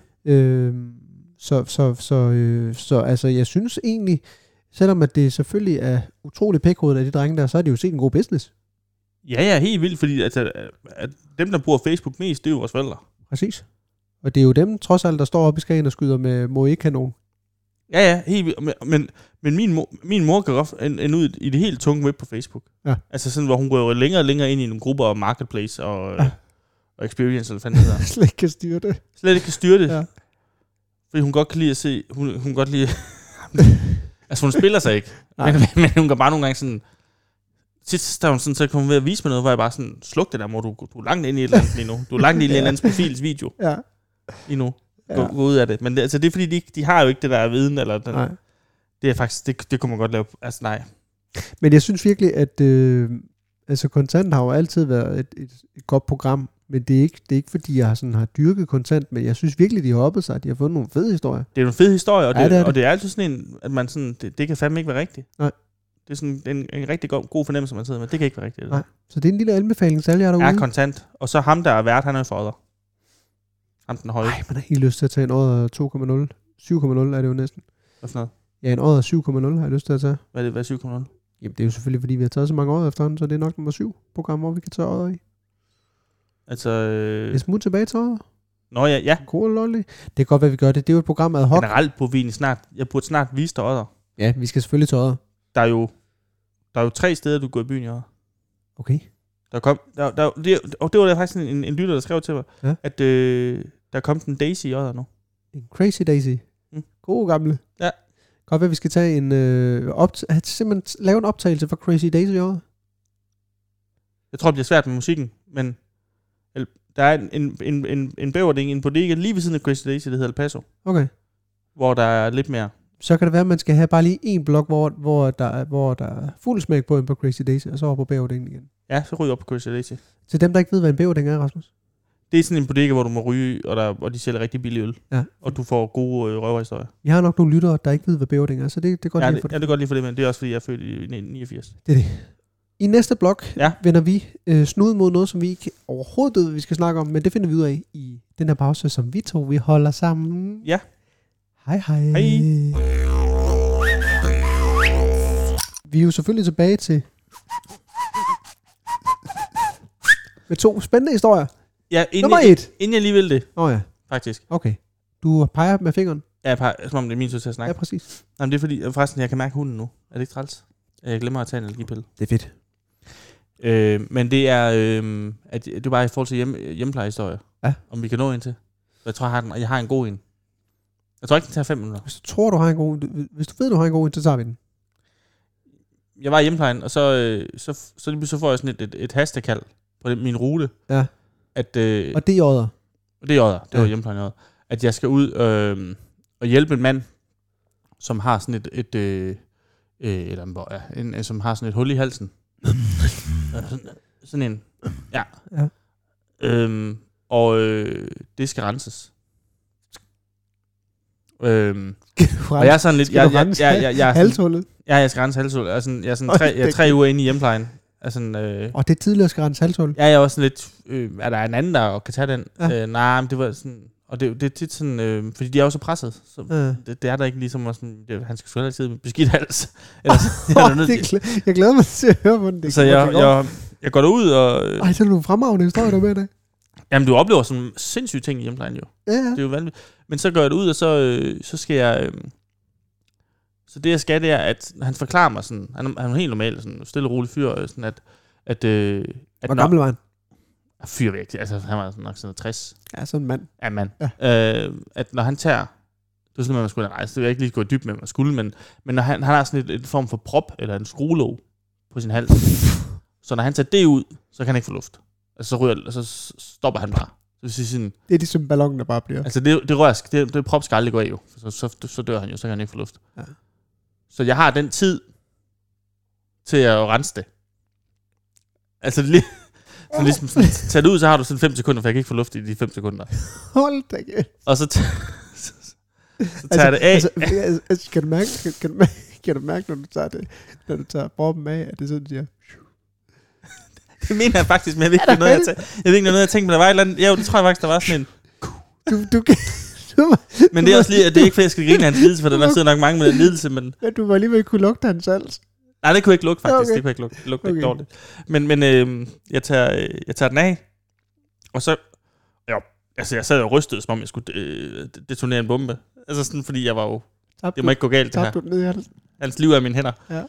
det. Så altså, jeg synes egentlig, selvom at det selvfølgelig er utroligt pækhovedet af de drenge der, så er det jo set en god business. Ja, helt vildt, fordi at dem, der bruger Facebook mest, det er jo vores forældre. Præcis. Og det er jo dem, trods alt, der står oppe i Skagen og skyder med Moe-kanon. Ja, helt vildt. Men min mor kan godt ende ud i det helt tunge web på Facebook. Ja. Altså sådan, hvor hun går længere og længere ind i nogle grupper og marketplace og experience, eller fanden det hedder. Slet ikke kan styre det. Slet ikke kan styre det. Ja. Fordi hun godt kan lide at se, hun kan godt lide... altså hun spiller sig ikke. Men hun kan bare nogle gange sådan... Sidst der hun sådan, så kom hun ved at vise mig noget, hvor jeg bare sådan, sluk det der, mor, du er langt inde i et eller andet lige nu. Du er langt inde i en eller andens profils video. Ja. Lige nu. Gå ud af det. Men det, altså, det er fordi, de har jo ikke det der viden, eller den, nej. Det er faktisk, det kunne man godt lave. Altså nej. Men jeg synes virkelig, at altså kontant har jo altid været et godt program, men det er ikke fordi, jeg har dyrket kontant, men jeg synes virkelig, de har oppet sig, de har fået nogle fede historier. Det er nogle fede historier, og, ja, og det er altid sådan en, at man sådan, det kan fandme ikke være rigtigt. Nej. Det er sådan en rigtig god fornemmelse, man sidder med. Det kan ikke være rigtigt. Nej. Så det er en lille anbefaling til alle jer derude. Ja, kontant. Og så ham, der er vært, han er for Odder. Ham den høje. Nej, man har helt lyst til at tage en Odder 2,0. 7,0 er det jo næsten. Hvad for noget? Ja, en Odder 7,0 har jeg lyst til at tage. Hvad er 7,0? Jamen, det er jo selvfølgelig, fordi vi har taget så mange år efterhånden, så det er nok nummer 7 program, hvor vi kan tage Odder i. Altså... Et smut tilbage til Odder. Nå ja. Cool, lolly. Det kan godt være, vi gør det. Det er jo et program ad hoc. Generelt på Wien snart. Jeg burde snart vise dig Odder. Ja, vi skal selvfølgelig til Odder. Der er jo 3 steder, du går i byen i Odder. Okay. Det var faktisk en lytter, der skrev til mig, ja? At der kom en Daisy i Odder nu. En Crazy Daisy. God gamle. Ja. Godt være, vi skal tage simpelthen lave en optagelse for Crazy Daisy i Odder. Jeg tror, det bliver svært med musikken, men der er en bæverding, en bodega lige ved siden af Crazy Daisy, der hedder El Paso. Okay. Hvor der er lidt mere. Så kan det være, at man skal have bare lige en blok, hvor der er fuld smæk på på Crazy Daisy, og så over på bæverdingen igen. Ja, så ryger op på Crazy Daisy. Til dem, der ikke ved, hvad en bæverding er, Rasmus? Det er sådan en bodega, hvor du må ryge, og de sælger rigtig billig øl. Ja. Og du får gode røverhistorier. Jeg har nok nogle lyttere, der ikke ved, hvad bæverding er, så det er godt lige for det. Ja, det er godt lige for det, men det er også, fordi jeg er født i 1989. Det er det. I næste blok vender vi snud mod noget, som vi ikke overhovedet ved, vi skal snakke om, men det finder vi ud af i den her pause, som vi holder sammen. Ja. Hej. Hej. Vi er jo selvfølgelig tilbage til Med 2 spændende historier. Ja, Nummer 1. Inden jeg lige vil det, Ja. faktisk. Okay. Du peger med fingeren. Ja, som om det er min tur til at snakke. Ja, præcis. Jamen, det er fordi, forresten, jeg kan mærke hunden nu. Er det ikke træls? Jeg glemmer at tage en allergipille. Det er fedt. Men det er, at det er bare i forhold til hjemmeplejehistorier. Ja. Om vi kan nå ind til. Jeg tror, jeg har en god en. Jeg tror ikke, den tager 5 minutter. Hvis du tror, du har en god... Hvis du ved, du har en god en, så tager vi den. Jeg var i hjemmeplejen, og så får jeg sådan et hastekald på min rute. Ja. At, Og det er Odder. det er Odder. Det var hjemmeplejen i Odder. At jeg skal ud og hjælpe en mand, som har sådan som har sådan et hul i halsen. Sådan en. Ja. Det skal renses. Og jeg er sådan lidt... Jeg halshullet? Ja, jeg skal rense halshullet. Jeg er 3 uger inde i hjemmeplejen. Og det er tidligere skal rense halshullet? Ja, jeg er også sådan lidt... er der en anden, der kan tage den? Ja. Nej, men det var sådan... Og det er tit sådan... fordi de er jo så presset. Så det er der ikke ligesom... Sådan, han skal sgu heller ikke sidde med beskidt hals. Jeg glæder mig til at høre på den. Så jeg går derud og... Ej, så er du fremragende historie der med i dag. Jamen, du oplever sådan sindssyge ting i hjemmeplejen jo. Ja. Det er jo vanvittigt. Men så går jeg derud, og så skal jeg... Så det jeg skal, det er, at han forklarer mig sådan... Han er helt normal, sådan stille og rolig fyr, sådan at hvor gammel var han? Fyrvægt, altså han var nok sådan 60. Ja, sådan en mand. Ja, mand. Ja. At når han tager... Det er sådan, at man skulle rejse. Det vil jeg ikke lige gå i dyb med, man skulle, men når han har sådan et form for prop, eller en skruelåg på sin hals. Så når han tager det ud, så kan han ikke få luft. Altså så stopper han bare. Sådan, det er ligesom ballonen, der bare bliver. Altså det rørsk, det prop skal aldrig gå af jo. Så dør han jo, så kan han ikke få luft. Ja. Så jeg har den tid til at rense det. Altså så ligesom sådan, tage det ud, så har du sådan 5 sekunder, for jeg kan ikke få luft i de 5 sekunder. Hold da kæft. Og så tager det af. Altså, kan du mærke, når du tager proppen af, at det sådan siger... Det mener jeg faktisk, men jeg ved ikke, noget jeg tænkte, men der var et eller andet... Jo, det tror jeg faktisk, der var sådan en... Men det er også lige, at det er ikke, fordi jeg skal grine af hans lidelse, for der sidder nok mange med den lidelse, men... Ja, du var alligevel kunne lugte hans hals. Nej, det kunne jeg ikke lugte, faktisk. Okay. Det kunne jeg ikke lugte. Ikke dårligt. Men jeg tager den af, og så... Jo, altså jeg sad og rystede, som om jeg skulle detonere en bombe. Altså sådan, fordi jeg var jo... Det må ikke gå galt, det her. Du ned i halsen? Hans liv er i mine hænder. Ja.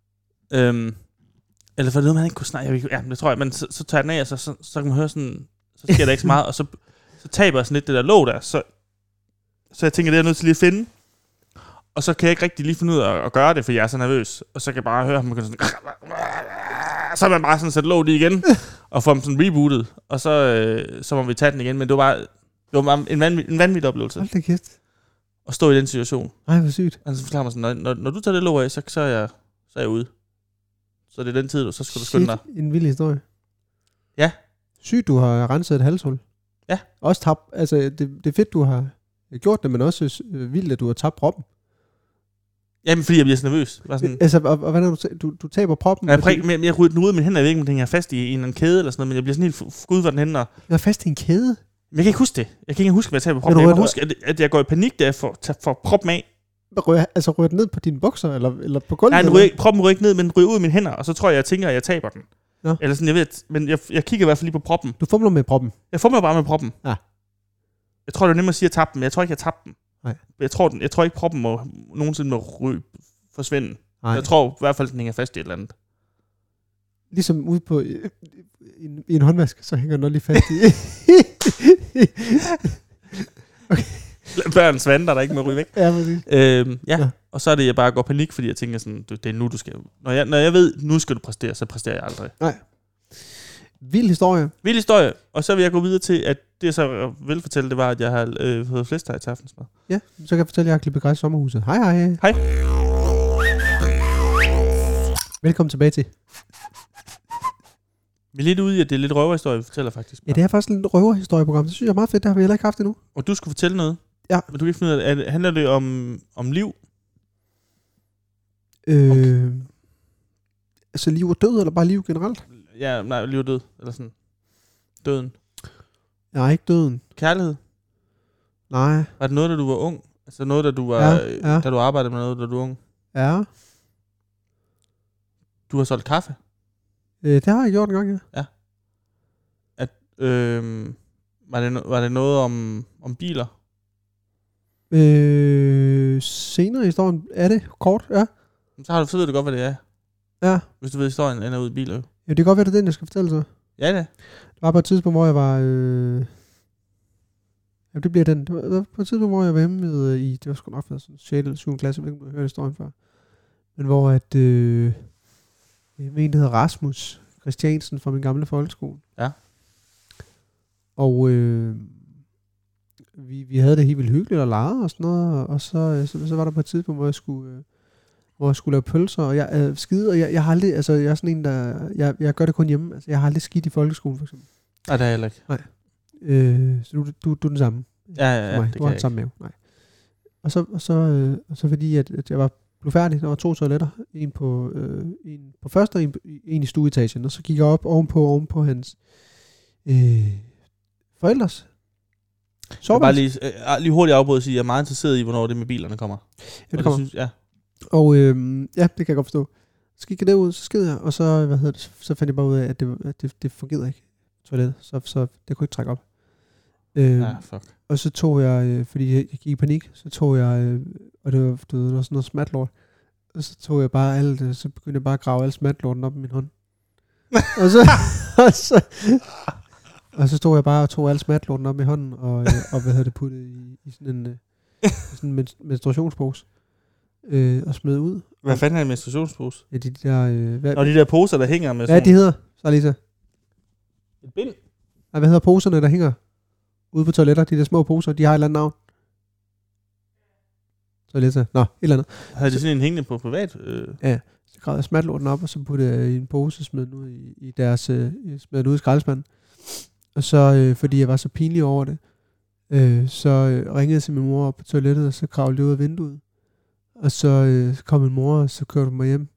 Eller for det noget, man ikke kunne snakke. Ja, det tror jeg. Men så tager jeg den af, og så kan man høre sådan... Så sker der ikke så meget, og så taber jeg sådan lidt det der låg der. Så jeg tænker, det er jeg nødt til lige at finde. Og så kan jeg ikke rigtig lige finde ud af at gøre det, for jeg er så nervøs. Og så kan jeg bare høre, at man kan sådan... Så er man bare sådan sætte låget i igen, og få dem sådan rebootet. Og så må vi tage den igen. Men det var bare en vanvittig oplevelse. Hold da kæft. At stå i den situation. Ej, hvor sygt. Og så forklarer mig sådan, når du tager det låg af, så er jeg ude. Så det er den tid, så skal du skynde dig. En vild historie. Ja. Sygt, du har renset et halshul. Ja. Også tabt, altså det er fedt, du har gjort det, men også vildt, at du har tabt proppen. Jamen, fordi jeg bliver så nervøs. Sådan, altså, og hvad er du taber proppen? Jeg ryger den ud af min hænder, jeg ved ikke, om den hænger fast i en kæde eller sådan noget, men jeg bliver sådan helt gud, hvor den hænder. Jeg er fast i en kæde? Jeg kan ikke huske det. Jeg kan ikke huske, hvad jeg taber proppen. Jeg kan huske, at jeg går i panik, da jeg får proppen af. Rører den ned på dine bukser, eller på gulvet? Nej, proppen ryger ikke ned, men den ryger ud af mine hænder, og så tror jeg tænker, at jeg taber den. Ja. Eller sådan, jeg ved, men jeg kigger i hvert fald lige på proppen. Du fumler med proppen? Jeg fumler bare med proppen. Ja. Jeg tror, det er nemmere at sige, at jeg tabte den, men jeg tror ikke, jeg tabte den. Nej. Jeg tror ikke, proppen nogensinde må forsvinde. Nej. Jeg tror i hvert fald, den hænger fast i et eller andet. Ligesom ude på i en håndvask, så hænger den lige fast i. Okay. Børns vand, der ikke må ryge væk. Ja, præcis. Ja, og så er det, jeg bare går panik, fordi jeg tænker sådan, det er nu, du skal... Når jeg ved, nu skal du præstere, så præsterer jeg aldrig. Nej. Vild historie. Vild historie. Og så vil jeg gå videre til, at det så velfortælle, det var, at jeg har fået flæskesteg til aftensmad. Ja, så kan jeg fortælle, at jeg har klippet græs i sommerhuset. Hej. Hej. Velkommen tilbage til. Vi er lidt ude i, at det er lidt røverhistorie, vi fortæller faktisk. Ja, det er faktisk et røverhistorieprogram. Det synes jeg er meget fedt. Det har vi heller ikke haft endnu. Og du skulle fortælle noget. Ja. Men du kan ikke finde ud af det. Handler det om liv? Altså liv og død, eller bare liv generelt? Ja, nej, liv og død. Eller sådan. Døden. Nej, ikke døden. Kærlighed? Nej. Var det noget, da du var ung? Altså noget, da du var... Ja. Da du arbejdede med noget, da du var ung? Ja. Du har solgt kaffe? Det har jeg gjort en gang, ja. Var det noget om biler? Senere i historien er det kort, ja. Så ved du godt, hvad det er. Ja. Hvis du ved, historien ender ud i biler. Ja, det kan godt være, det er den, jeg skal fortælle så. Ja, det. Det var på et tidspunkt, hvor jeg var... Ja, det bliver den. Det var på et tidspunkt, hvor jeg var hjemme med i... Det var sgu nok været sådan 6. eller 7. klasse, jeg ved ikke, om du har hørt historien før. Men hvor at... en, der hedder Rasmus Christiansen fra min gamle folkeskole. Ja. Og vi havde det helt vildt hyggeligt og legede og sådan noget. Og så var der på et tidspunkt, hvor jeg skulle lave pølser, og jeg skide, og jeg har aldrig, altså jeg er sådan en, der, jeg gør det kun hjemme, altså jeg har aldrig skidt i folkeskolen, for eksempel. Nej, det er heller ikke. Nej. Så du er den samme. Ja, det du har den samme mave. Nej. Og så fordi, at jeg blev færdig, der var 2 toiletter, en på første, og en i stueetagen, og så gik jeg op ovenpå hans forældres. Så bare lige hurtigt afbryde og sige, at jeg er meget interesseret i, hvornår det med bilerne kommer. Ja, det kommer. Synes, ja. Og ja, det kan jeg godt forstå. Så gik jeg derud, så sked jeg, og så, så fandt jeg bare ud af, at det fungerede ikke, toilettet. Så det kunne ikke trække op. Fuck. Og så tog jeg, fordi jeg gik i panik, så tog jeg, og det var sådan noget smatlort, og så tog jeg bare alt, så begyndte jeg bare at grave alt smatlorten op i min hånd. og så stod jeg bare og tog alt smatlorten op i hånden, og puttet i sådan en menstruationspose. Og smed ud. Hvad fanden er en menstruationspose? Ja, de der... de der poser, der hænger med sådan... Hvad de hedder, så Lisa? Et bind? Nej, hvad hedder poserne, der hænger ude på toiletter? De der små poser, de har et eller andet navn. Så Lisa. Nå, et eller andet. Har de sådan en hængende på privat? Ja, så gravede jeg smatlorten op, og så puttede jeg i en pose, smed den ud i deres... smed den ud i skraldespanden. Og så, fordi jeg var så pinlig over det, så ringede jeg til min mor op på toilettet, og så kravlede jeg ud af vinduet. Og så kom min mor, og så kørte hun mig hjem.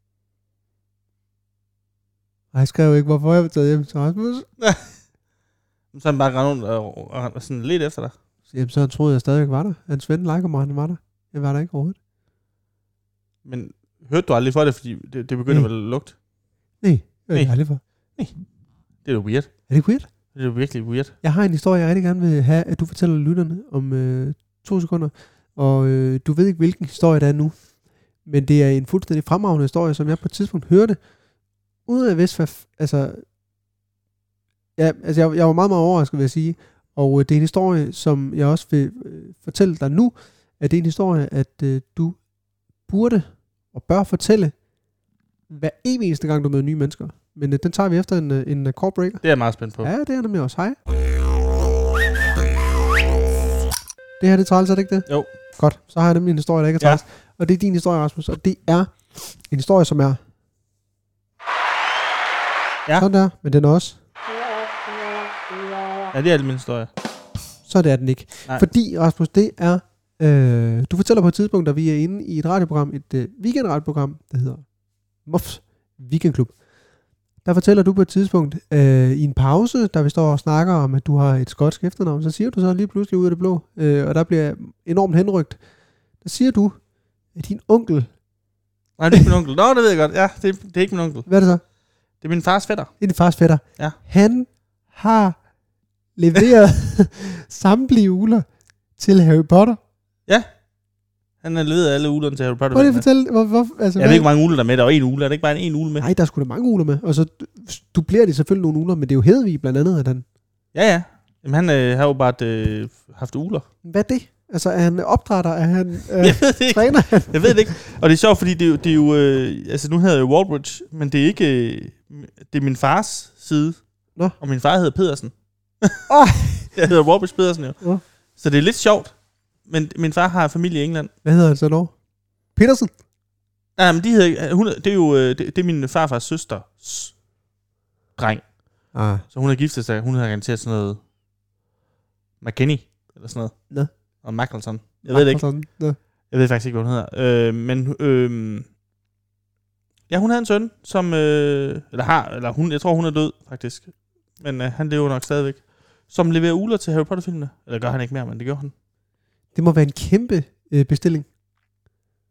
Og jeg skrev ikke, hvorfor jeg var taget hjem til Rasmus. Så han bare græd og sådan lidt efter dig. Jamen, så han troede, jeg stadigvæk var der. Hans ven liker mig, han var der. Jeg var der ikke overhovedet. Men hørte du aldrig for det, fordi det begyndte vel at lugte? Nej, hørte jeg aldrig for. Nej. Det er jo weird. Er det weird? Det er jo virkelig weird. Jeg har en historie, jeg rigtig gerne vil have, at du fortæller lytterne om 2 sekunder. Og du ved ikke, hvilken historie det er nu. Men det er en fuldstændig fremragende historie, som jeg på et tidspunkt hørte. Uden at vidste, jeg var meget, meget overrasket, vil jeg sige. Og det er en historie, som jeg også vil fortælle dig nu. At det er en historie, at du burde og bør fortælle hver eneste gang, du møder nye mennesker. Men den tager vi efter en kort breaker. Det er jeg meget spændt på. Ja, det er nemlig også. Hej. Det her, det er træls, er det ikke det? Jo. Godt, så har jeg nemlig en historie, der ikke er træls. Ja. Og det er din historie, Rasmus. Og det er en historie, som er... Ja. Sådan der, men den er også... Ja, det er min historie. Så det er den ikke. Nej. Fordi, Rasmus, det er... du fortæller på et tidspunkt, at vi er inde i et radioprogram, et weekendradioprogram, der hedder Muffs Weekendklub. Der fortæller du på et tidspunkt, i en pause, der vi står og snakker om, at du har et skotsk efternavn, så siger du så lige pludselig ud af det blå, og der bliver enormt henrygt. Der siger du, at din onkel... Nej, det er ikke min onkel. Nå, det ved jeg godt. Ja, det er ikke min onkel. Hvad er det så? Det er min fars fætter. Det er din fars fætter. Ja. Han har leveret samtlige uler til Harry Potter. Ja. Han har leveret alle ulerne til Harry Potter. Prøv lige at fortælle, hvorfor... Altså, jeg ved ikke, hvor mange uler der er med. Der er en ule. Er det ikke bare en ule med? Nej, der er sgu da mange uler med. Og så dublerer de selvfølgelig nogle uler, men det er jo Hedvig blandt andet, at han... Ja. Jamen, han har jo bare haft uler. Hvad er det? Altså, er han opdrætter? Er han jeg ved det ikke. Træner? Jeg ved det ikke. Og det er sjovt, fordi det er jo... altså, nu hedder jeg jo Wallbridge, men det er ikke... det er min fars side. Nå. Og min far hedder Pedersen. Jeg hedder Wallbridge Pedersen, jo. Nå. Så det er lidt sjovt. Men min far har familie i England. Hvad hedder han så nu? Petersen? Nej, men de hedder... det er jo... det er min farfars søsters dreng. Ah. Så hun har giftet sig. Hun har garanteret sådan noget... McKinney, eller sådan noget. Nå. Og Mackleson. Jeg ved det ikke. Nå. Jeg ved faktisk ikke, hvad hun hedder. Men... ja, hun havde en søn, som... jeg tror, hun er død, faktisk. Men han lever nok stadigvæk. Som leverer uler til Harry Potter-filmene. Eller gør han ikke mere, men det gør han. Det må være en kæmpe bestilling.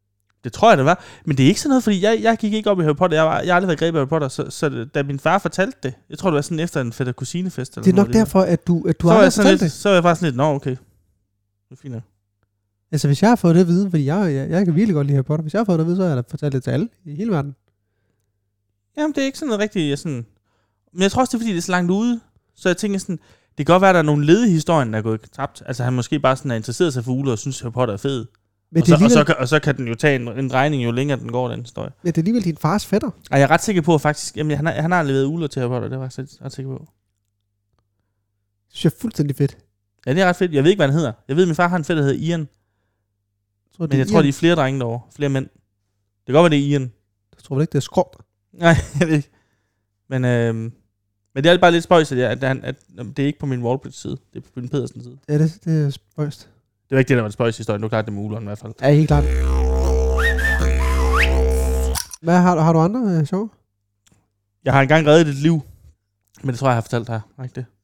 Det tror jeg, det var. Men det er ikke sådan noget, fordi jeg gik ikke op i Harry Potter. Jeg har aldrig været grebet af Harry Potter, så da min far fortalte det, jeg tror, det var sådan efter en fætter kusinefest. Det er nok derfor, at du aldrig fortalte det. Så var jeg faktisk lidt, okay. Det er fint. Altså, hvis jeg har fået det at vide, fordi jeg kan virkelig godt lide Harry Potter. Hvis jeg har fået det at vide, så har jeg da fortalt det til alle i hele verden. Jamen, det er ikke sådan noget rigtigt, sådan... Men jeg tror også, det er, fordi det er så langt ude. Så jeg tænker sådan, det kan godt være, at der er nogle led i historien, der er gået tabt. Altså, han måske bare sådan er interesseret sig for fugle og synes, Harry Potter er fed. Men og så kan den jo tage en drejning, jo længere den går, den historie. Ja, det er alligevel din fars fætter. Og jeg er ret sikker på, faktisk... Jamen, han har leveret uler til Harry Potter, det var jeg faktisk ret sikker på. Det synes jeg er fuldstændig fedt. Ja, det er ret fedt. Jeg ved ikke, hvad han hedder. Jeg ved, at min far har en fætter, der hedder Ian. Men jeg tror, de er flere drenge derovre. Flere mænd. Det kan godt være, det er Ian. Jeg tror vel ikke, det er Skråt. Nej, jeg ved ikke. Men det er bare lidt spøjst, at det er ikke på min Wallbridge-side. Det er på min Pedersen-side. Ja, det er spøjst. Det var ikke det, der var en spøjst historie. Nu er klart, det er med uleren i hvert fald. Ja, helt klart. Hvad har du andre sjov? Jeg har engang reddet dit liv. Men det tror jeg har fortalt her. Ikke det?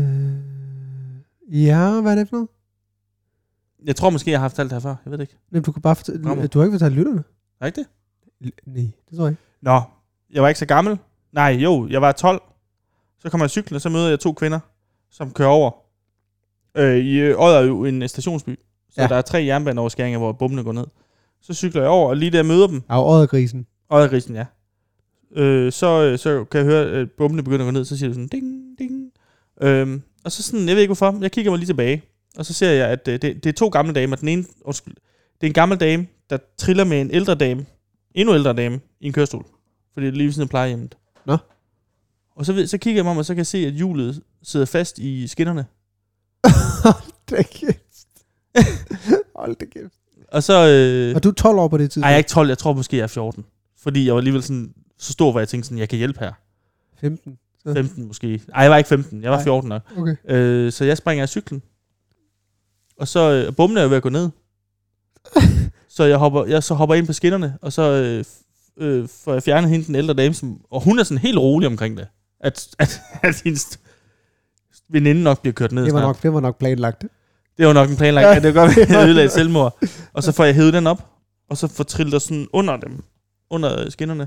Ja, hvad er det for noget? Jeg tror måske, jeg har fortalt det her før. Jeg ved det ikke. Men du kan bare fortælle... Du har ikke fortalt lytterne? Er ikke det? Nej, det tror jeg ikke. Nå, jeg var ikke så gammel. Nej, jo, jeg var 12. Så kommer jeg cyklen, og så møder jeg 2 kvinder, som kører over. I Odder er jo en stationsby. Så der er 3 jernbaneoverskæringer, hvor bombene går ned. Så cykler jeg over, og lige da jeg møder dem... Oddergrisen. Oddergrisen, ja. Så kan jeg høre, at bombene begynder at gå ned, så siger det sådan ding, ding. Og så sådan, jeg ved ikke hvorfor, jeg kigger mig lige tilbage, og så ser jeg, at det er 2 gamle damer. Den ene, det er en gammel dame, der triller med en ældre dame, endnu ældre dame, i en kørestol. Fordi det er lige ved siden af plejehjemmet. Nå. Og så kigger jeg mig om, og så kan jeg se, at hjulet sidder fast i skinnerne. Hold da kæft. Hold da kæft. Og så... Og du er 12 år på det tidspunkt? Nej, jeg er ikke 12, jeg tror måske, jeg er 14. Fordi jeg var alligevel sådan, så stor, hvor jeg tænkte sådan, jeg kan hjælpe her. 15? Så. 15 måske. Nej, jeg var ikke 15, jeg var 14 nok. Okay. Så jeg springer af cyklen. Og så bomben er jo ved at gå ned. Så jeg hopper ind på skinnerne, og så får jeg fjernet hende den ældre dame, og hun er sådan helt rolig omkring det. At hendes veninde nok bliver kørt ned. Det var nok planlagt. Det var nok en planlagt. Ja, det var godt, at jeg ødelagde selvmord. Og så får jeg hævet den op, og så får trillet sådan under skinnerne.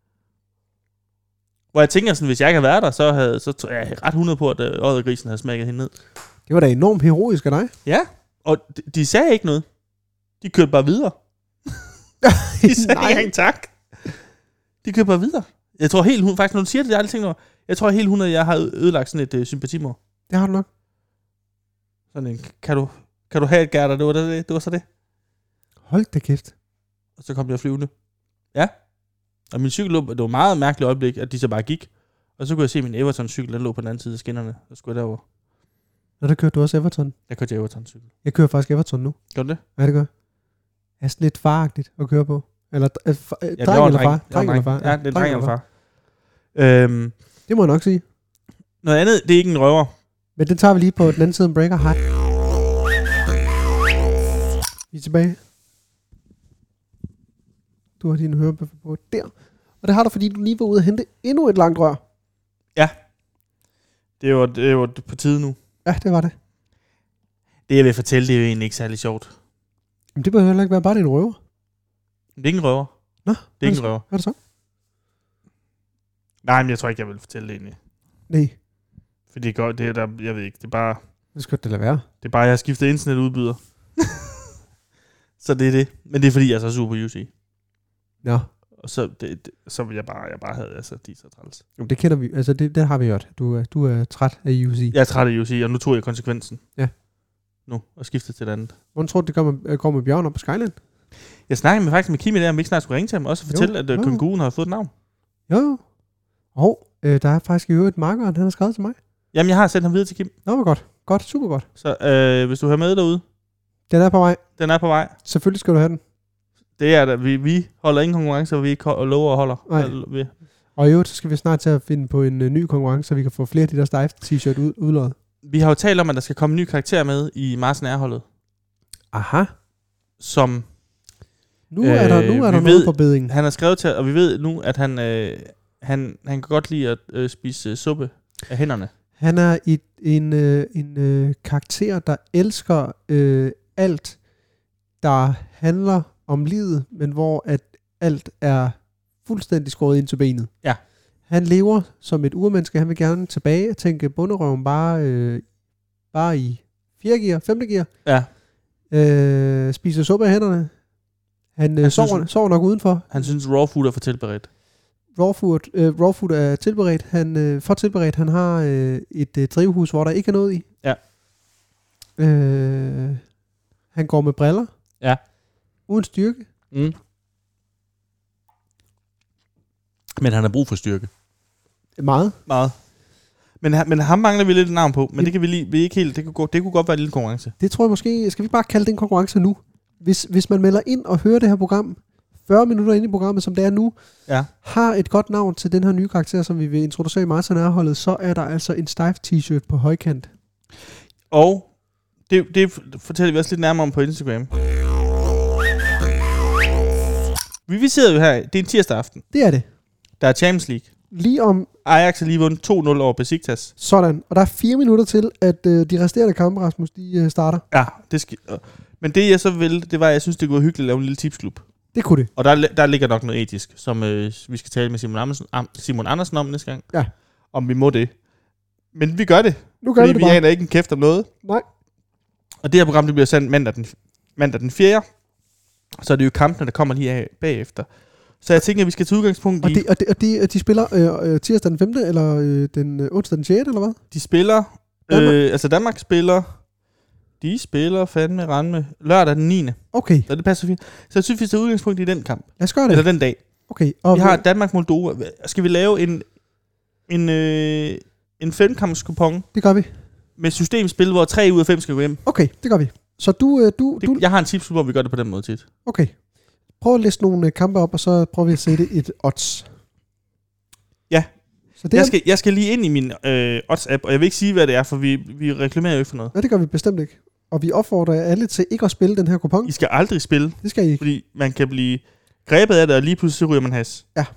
Hvor jeg tænker sådan, hvis jeg ikke havde været der, så tror jeg ret 100 på, at Oddergrisen havde smækket hende ned. Det var da enormt heroisk af dig. Ja, og de sagde ikke noget. De kørte bare videre. De sagde ikke engang tak. De kørte bare videre. Jeg tror helt 100, faktisk når du siger det, jeg har aldrig tænkt over. Jeg tror helt 100, jeg har ødelagt sådan et sympatimord. Det har du nok. Sådan en, kan du have et Gerda? Det var så det. Hold da kæft. Og så kom jeg flyvende. Ja. Og min cykel lå, det var et meget mærkeligt øjeblik, at de så bare gik. Og så kunne jeg se, at min Everton-cykel, den lå på den anden side af skinnerne. Så skulle jeg derover. Og der kørte du også Everton? Jeg kørte Everton-cykel. Jeg kører faktisk Everton nu. Gør du det? Ja, det gør. Er sådan lidt faragtigt at køre på? Eller dreng eller far? Dreng eller far? Ja, det er dreng eller far. Det må jeg nok sige. Noget andet, det er ikke en røver. Men den tager vi lige på den anden side af breaker. Hej. Vi er tilbage. Du har dine hørebøffer på der. Og det har du, fordi du lige var ude og hente endnu et langt rør. Ja. Det var på tide nu. Ja, det var det. Det jeg vil fortælle, det er jo egentlig ikke særlig sjovt. Men det behøver heller ikke være bare din røver. Det er ikke en røver. Nå, det er ikke en røver. Hvad er det så? Nej, men jeg tror ikke, jeg vil fortælle det egentlig. Nej. Fordi det er der, jeg ved ikke, det er bare... Det skal det lade være. Det er bare, jeg har skiftet internetudbyder. Så det er det. Men det er fordi, jeg er så super på UC. Ja. Og så, så vil jeg bare havde altså de så træls. Jamen, det kender vi, altså det har vi hørt. Du er træt af UC. Jeg er træt af UC, og nu tog jeg konsekvensen. Ja. Nu, og skiftede til det andet. Hvordan tror du, det går med Bjørn op på Skyland? Jeg snakkede faktisk med Kimi der, om vi ikke snart skulle ringe til ham, også fortælle, at Konguen har fået et navn. Jo. Og der er faktisk jo et marker, han har skrevet til mig. Jamen, jeg har sendt ham videre til Kim. Nå, godt. Godt, super godt. Så hvis du hører med derude. Den er på vej. Den er på vej. Selvfølgelig skal du have den. Det er der. Vi holder ingen konkurrencer, vi ikke lover og holder. Nej. Og i øvrigt, så skal vi snart til at finde på en ny konkurrence, så vi kan få flere af de der stejfte t-shirt udløjet. Vi har jo talt om, at der skal komme en ny karakter med i Marsen Nærholdet. Aha. Som... Nu er der noget på bedingen. Han har skrevet til, og vi ved nu, at han kan godt lide at spise suppe af hænderne. Han er en karakter, der elsker alt, der handler om livet, men hvor at alt er fuldstændig skåret ind til benet. Ja. Han lever som et urmenneske. Han vil gerne tilbage og tænke bunderøven bare i 4. gear, 5. gear. Ja. Spiser suppe af hænderne. Han sover nok udenfor. Han synes, raw food er for tilberedt. Raw food er tilberedt. Han får tilberedt. Han har et drivhus, hvor der ikke er noget i. Ja. Han går med briller. Ja. Uden styrke. Mm. Men han har brug for styrke. Meget. Men ham mangler vi lidt et navn på, men det kan vi ikke helt. Det kunne godt være en lille konkurrence. Det tror jeg måske. Skal vi bare kalde det en konkurrence nu? Hvis man melder ind og hører det her program 40 minutter inde i programmet, som det er nu, har et godt navn til den her nye karakter, som vi vil introducere i Martin Nørholdet, så er der altså en Steiff t-shirt på højkant. Og det fortæller vi også lidt nærmere om på Instagram. Vi sidder jo her, det er en tirsdag aften. Det er det. Der er Champions League. Lige om... Ajax har lige vundet 2-0 over Besiktas. Sådan. Og der er 4 minutter til, at de resterende kampe, Rasmus, de starter. Ja, men det jeg så ville, det var, at jeg synes, det kunne være hyggeligt at lave en lille tipsklub. Det kunne det. Og der ligger nok noget etisk, som vi skal tale med Simon Andersen om næste gang. Ja. Om vi må det. Men vi gør det. Nu gør vi det bare. Vi aner ikke en kæft om noget. Nej. Og det her program, det bliver sendt mandag den 4. Så er det jo kampene, der kommer lige af bagefter. Så jeg tænker, at vi skal tage udgangspunkt i... Og de spiller tirsdag den 5. eller den onsdag den 6. eller hvad? De spiller... Danmark spiller... De spiller fandme randme lørdag den 9. Okay. Så det passer fint. Så jeg synes, vi tager udgangspunkt i den kamp. Lad os gøre det. Eller den dag. Okay. Vi har Danmark-Moldova. Skal vi lave en 5-kampskupon? Det gør vi. Med systemspil, hvor 3 ud af 5 skal gå hjem. Okay, det gør vi. Så Jeg har en tips, hvor vi gør det på den måde tit. Okay. Prøv at liste nogle kampe op, og så prøver vi at sætte et odds. Ja. Så det jeg skal lige ind i min odds-app, og jeg vil ikke sige, hvad det er, for vi reklamerer jo ikke for noget. Nej, det gør vi bestemt ikke. Og vi opfordrer alle til ikke at spille den her kupon. I skal aldrig spille. Det skal I ikke. Fordi man kan blive grebet af det, og lige pludselig så ryger man has. Ja.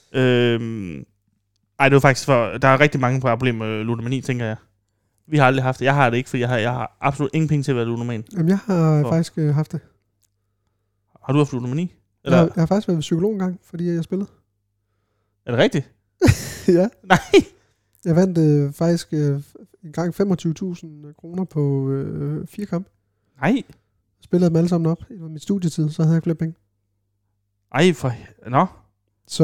Det var faktisk der er rigtig mange problemer med ludomani, tænker jeg. Vi har aldrig haft det. Jeg har det ikke, for jeg har absolut ingen penge til at være ludoman. Jamen, jeg har faktisk haft det. Har du haft ludomani? Eller? Jeg har faktisk været ved psykolog en gang, fordi jeg spillede. Er det rigtigt? Ja. Nej. Jeg vandt faktisk en gang 25.000 kroner på 4 kampe. Nej. Jeg spillede dem alle sammen op. Det var min studietid, så havde jeg flere penge. Ej, for... Nå. Så...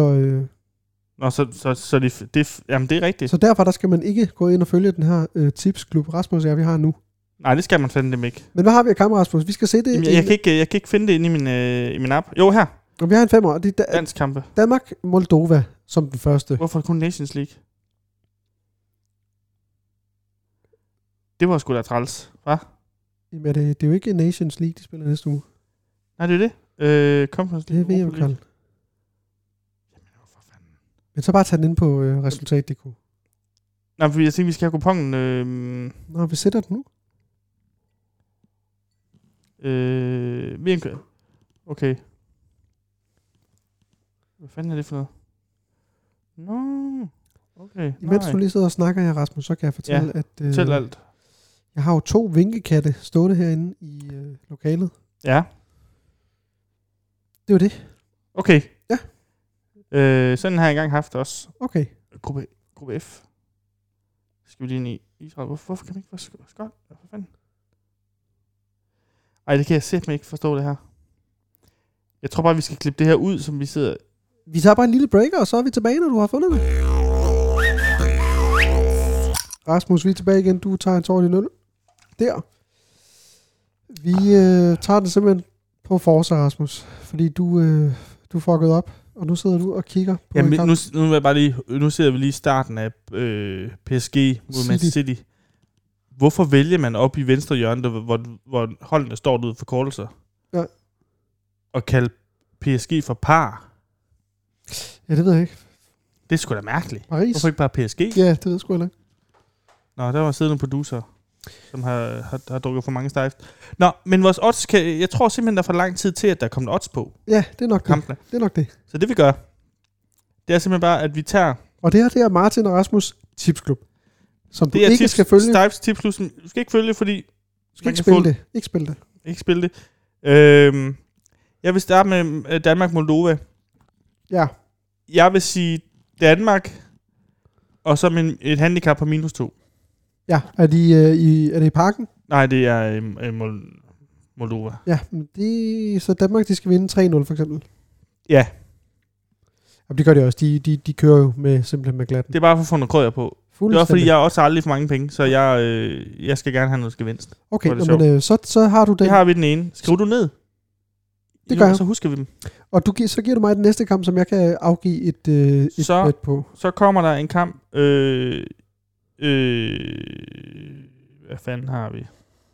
Jamen, det er rigtigt. Så derfor der skal man ikke gå ind og følge den her tipsklub, Rasmus og vi har nu. Nej, det skal man fandme dem ikke. Men hvad har vi af kampe, Rasmus? Vi skal se det... Jamen, jeg kan ikke finde det inde i min app. Jo, her. Og vi har en 5'er, og det er dansk kampe. Danmark-Moldova som den første. Hvorfor kun Nations League? Det var sgu da træls, hva'? Jamen, det er jo ikke Nations League, de spiller næste uge. Nej, det er det. Conference League. Det er VM-kald. Jamen, for fanden. Men så bare tage den ind på resultat.dk. Nej, fordi jeg tænker, vi skal have kupongen... Nå, vi sætter den nu. VM-kald. Okay. Hvad fanden er det for noget? Nå, okay. Imens du lige sidder og snakker her, Rasmus, så kan jeg fortælle, at... Fortæl alt. Jeg har jo 2 vinkekatte stående herinde i lokalet. Ja. Det var det. Okay. Ja. Sådan har jeg engang haft også. Okay. Gruppe F. Skal vi lige ind i Israel? Hvorfor kan man ikke være skot? Hvad fanden? Ej, det kan jeg simpelthen ikke forstå det her. Jeg tror bare, vi skal klippe det her ud, som vi sidder... Vi tager bare en lille breaker, og så er vi tilbage, når du har fundet det. Rasmus, vi er tilbage igen. Du tager en tårlig 0. Der. Vi tager den simpelthen på Forza, Rasmus. Fordi du fuckede op, og nu sidder du og kigger på en kamp. Nu ser vi lige starten af PSG mod Man City. Hvorfor vælger man op i venstre hjørne, hvor holdene står ud for kortelser? Ja. Og kalde PSG for par? Ja, det ved jeg ikke. Det er sgu da mærkeligt. Paris. Hvorfor ikke bare PSG? Ja, det ved jeg sgu heller ikke. Nå, der var siddende producer, som har drukket for mange Steiff. Nå, men vores odds jeg tror simpelthen, der er for lang tid til, at der er kommet odds på. Ja, det er nok kampene. Det er nok det. Så det vi gør, det er simpelthen bare, at vi tager... Og det her er Martin og Rasmus tipsklub, som det du ikke skal følge. Steiffs tipsklub, som du skal ikke følge, fordi... Du skal ikke spille det. Ikke spille det. Ikke spille det. Jeg vil starte med Danmark-Moldova. Ja. Jeg vil sige Danmark, og så et handicap på -2. Ja, er det i parken? Nej, det er Moldova. Ja, så Danmark, de skal vinde 3-0 for eksempel. Ja. Og det gør de også. De kører jo simpelthen med glatten. Det er bare for at få noget krøjer på. Det er også fordi, jeg også aldrig for mange penge, så jeg skal gerne have noget gevinst. Okay, men så har du den. Det har vi den ene. Skriv du ned? Det gør jeg. Så husker vi dem. Og så giver du mig den næste kamp, som jeg kan afgive et bet på. Så kommer der en kamp. Hvad fanden har vi?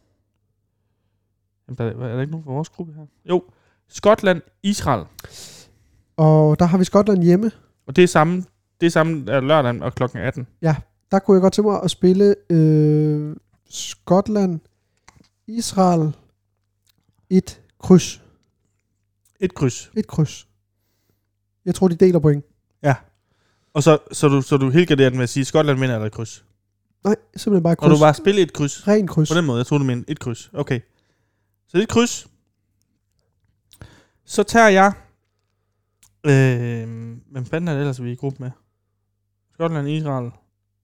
Er der ikke nogen fra vores gruppe her? Jo. Skotland-Israel. Og der har vi Skotland hjemme. Og det er samme lørdag og klokken 18. Ja, der kunne jeg godt tænke mig at spille Skotland-Israel 1 kryds. Et kryds. Jeg tror, de deler point. Ja. Og så du helgarderer den med at sige, Skotland vinder eller et kryds? Nej, simpelthen bare kryds. Og du bare spille et kryds? Ren kryds. På den måde, jeg tror du mener et kryds. Okay. Så det er et kryds. Så tager jeg... hvem fanden er det ellers, vi er i gruppe med? Skotland, Israel.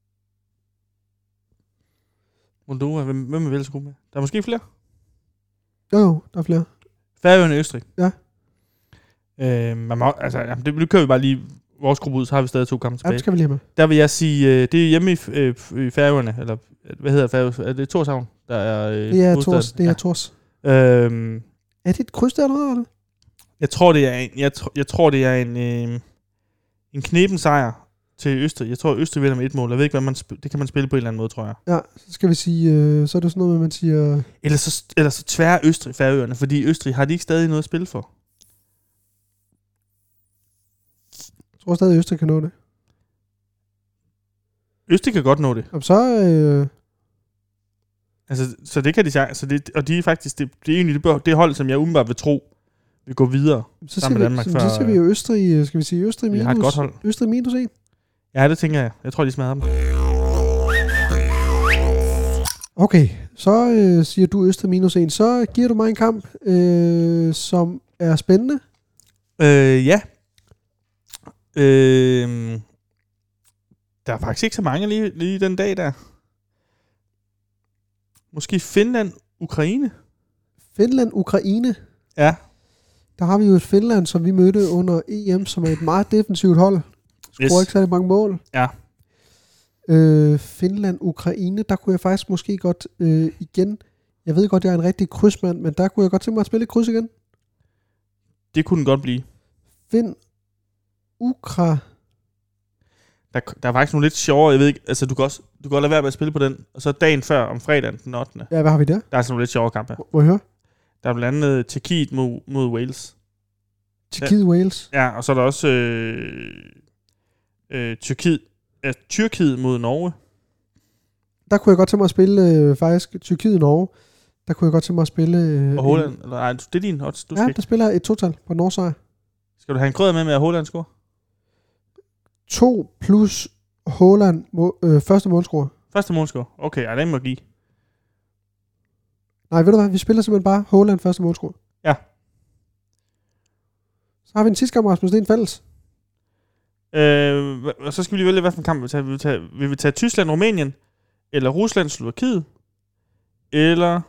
Moldova. Hvem er vi ellers i gruppe med? Der er måske flere? Jo, der er flere. Færøerne og Østrig. Ja. Det kører vi bare lige vores gruppe ud, så har vi stadig 2 kampe tilbage. Ja, det skal vi lige med. Der vil jeg sige, det er hjemme i Færøerne, eller hvad hedder Færøerne? Er det Tórshavn? Der er det er Tors. Det er Tors. Er det et kryds der eller noget? Jeg tror det er en knepen sejr til Østrig. Jeg tror Østrig vinder med 1 mål. Jeg ved ikke det kan man spille på en eller anden måde, tror jeg. Ja, så skal vi sige så er det sådan noget med man siger eller så tvær Østrig Færøerne, fordi Østrig har de ikke stadig noget at spille for. Jeg tror stadig Østrig kan nå det. Østrig kan godt nå det. Og så så det kan de sige, og de er faktisk det er egentlig det hold, som jeg umiddelbart vil tro vi går videre sammen med Danmark. Så ser vi jo Østrig, skal vi sige Østrig minus. Vi har et godt hold. Østrig minus 1. Ja, det tænker jeg. Jeg tror, de smadrer dem. Okay, så siger du Østrig minus 1. Så giver du mig en kamp, som er spændende. Ja. Der er faktisk ikke så mange lige den dag der. Måske Finland-Ukraine. Finland-Ukraine? Ja. Der har vi jo et Finland, som vi mødte under EM, som er et meget defensivt hold. Skruer ikke særlig mange mål. Ja. Finland-Ukraine, der kunne jeg faktisk måske godt igen... Jeg ved godt, jeg er en rigtig krydsmand, men der kunne jeg godt tænke mig at spille et kryds igen. Det kunne den godt blive. Ukra. Der er faktisk nogle lidt sjovere, jeg ved ikke, altså du kan godt lade være med at spille på den, og så dagen før, om fredagen den 8. Ja, hvad har vi der? Der er sådan nogle lidt sjovere kampe. Må jeg høre? Der er blandt andet Tjekkiet mod Wales. Tjekkiet-Wales? Ja, og så er der også Tyrkiet mod Norge. Der kunne jeg godt tænke mig at spille faktisk Tyrkiet-Norge. Der kunne jeg godt tænke mig at spille... og Holland, eller nej, det er din odds. Ja, der spiller et total på Norge. Skal du have en krydder med at Holland score? 2 plus Holland første målscorer. Første målscorer? Okay, ja, den må give. Nej, ved du hvad? Vi spiller simpelthen bare Holland første målscorer. Ja. Så har vi en sidste kamp, Rasmus. Det er en fælles. Og så skal vi lige vælge, hvad for en kamp vi vil tage. Vil vi tage Tyskland, Rumænien, eller Rusland, Slovakiet, eller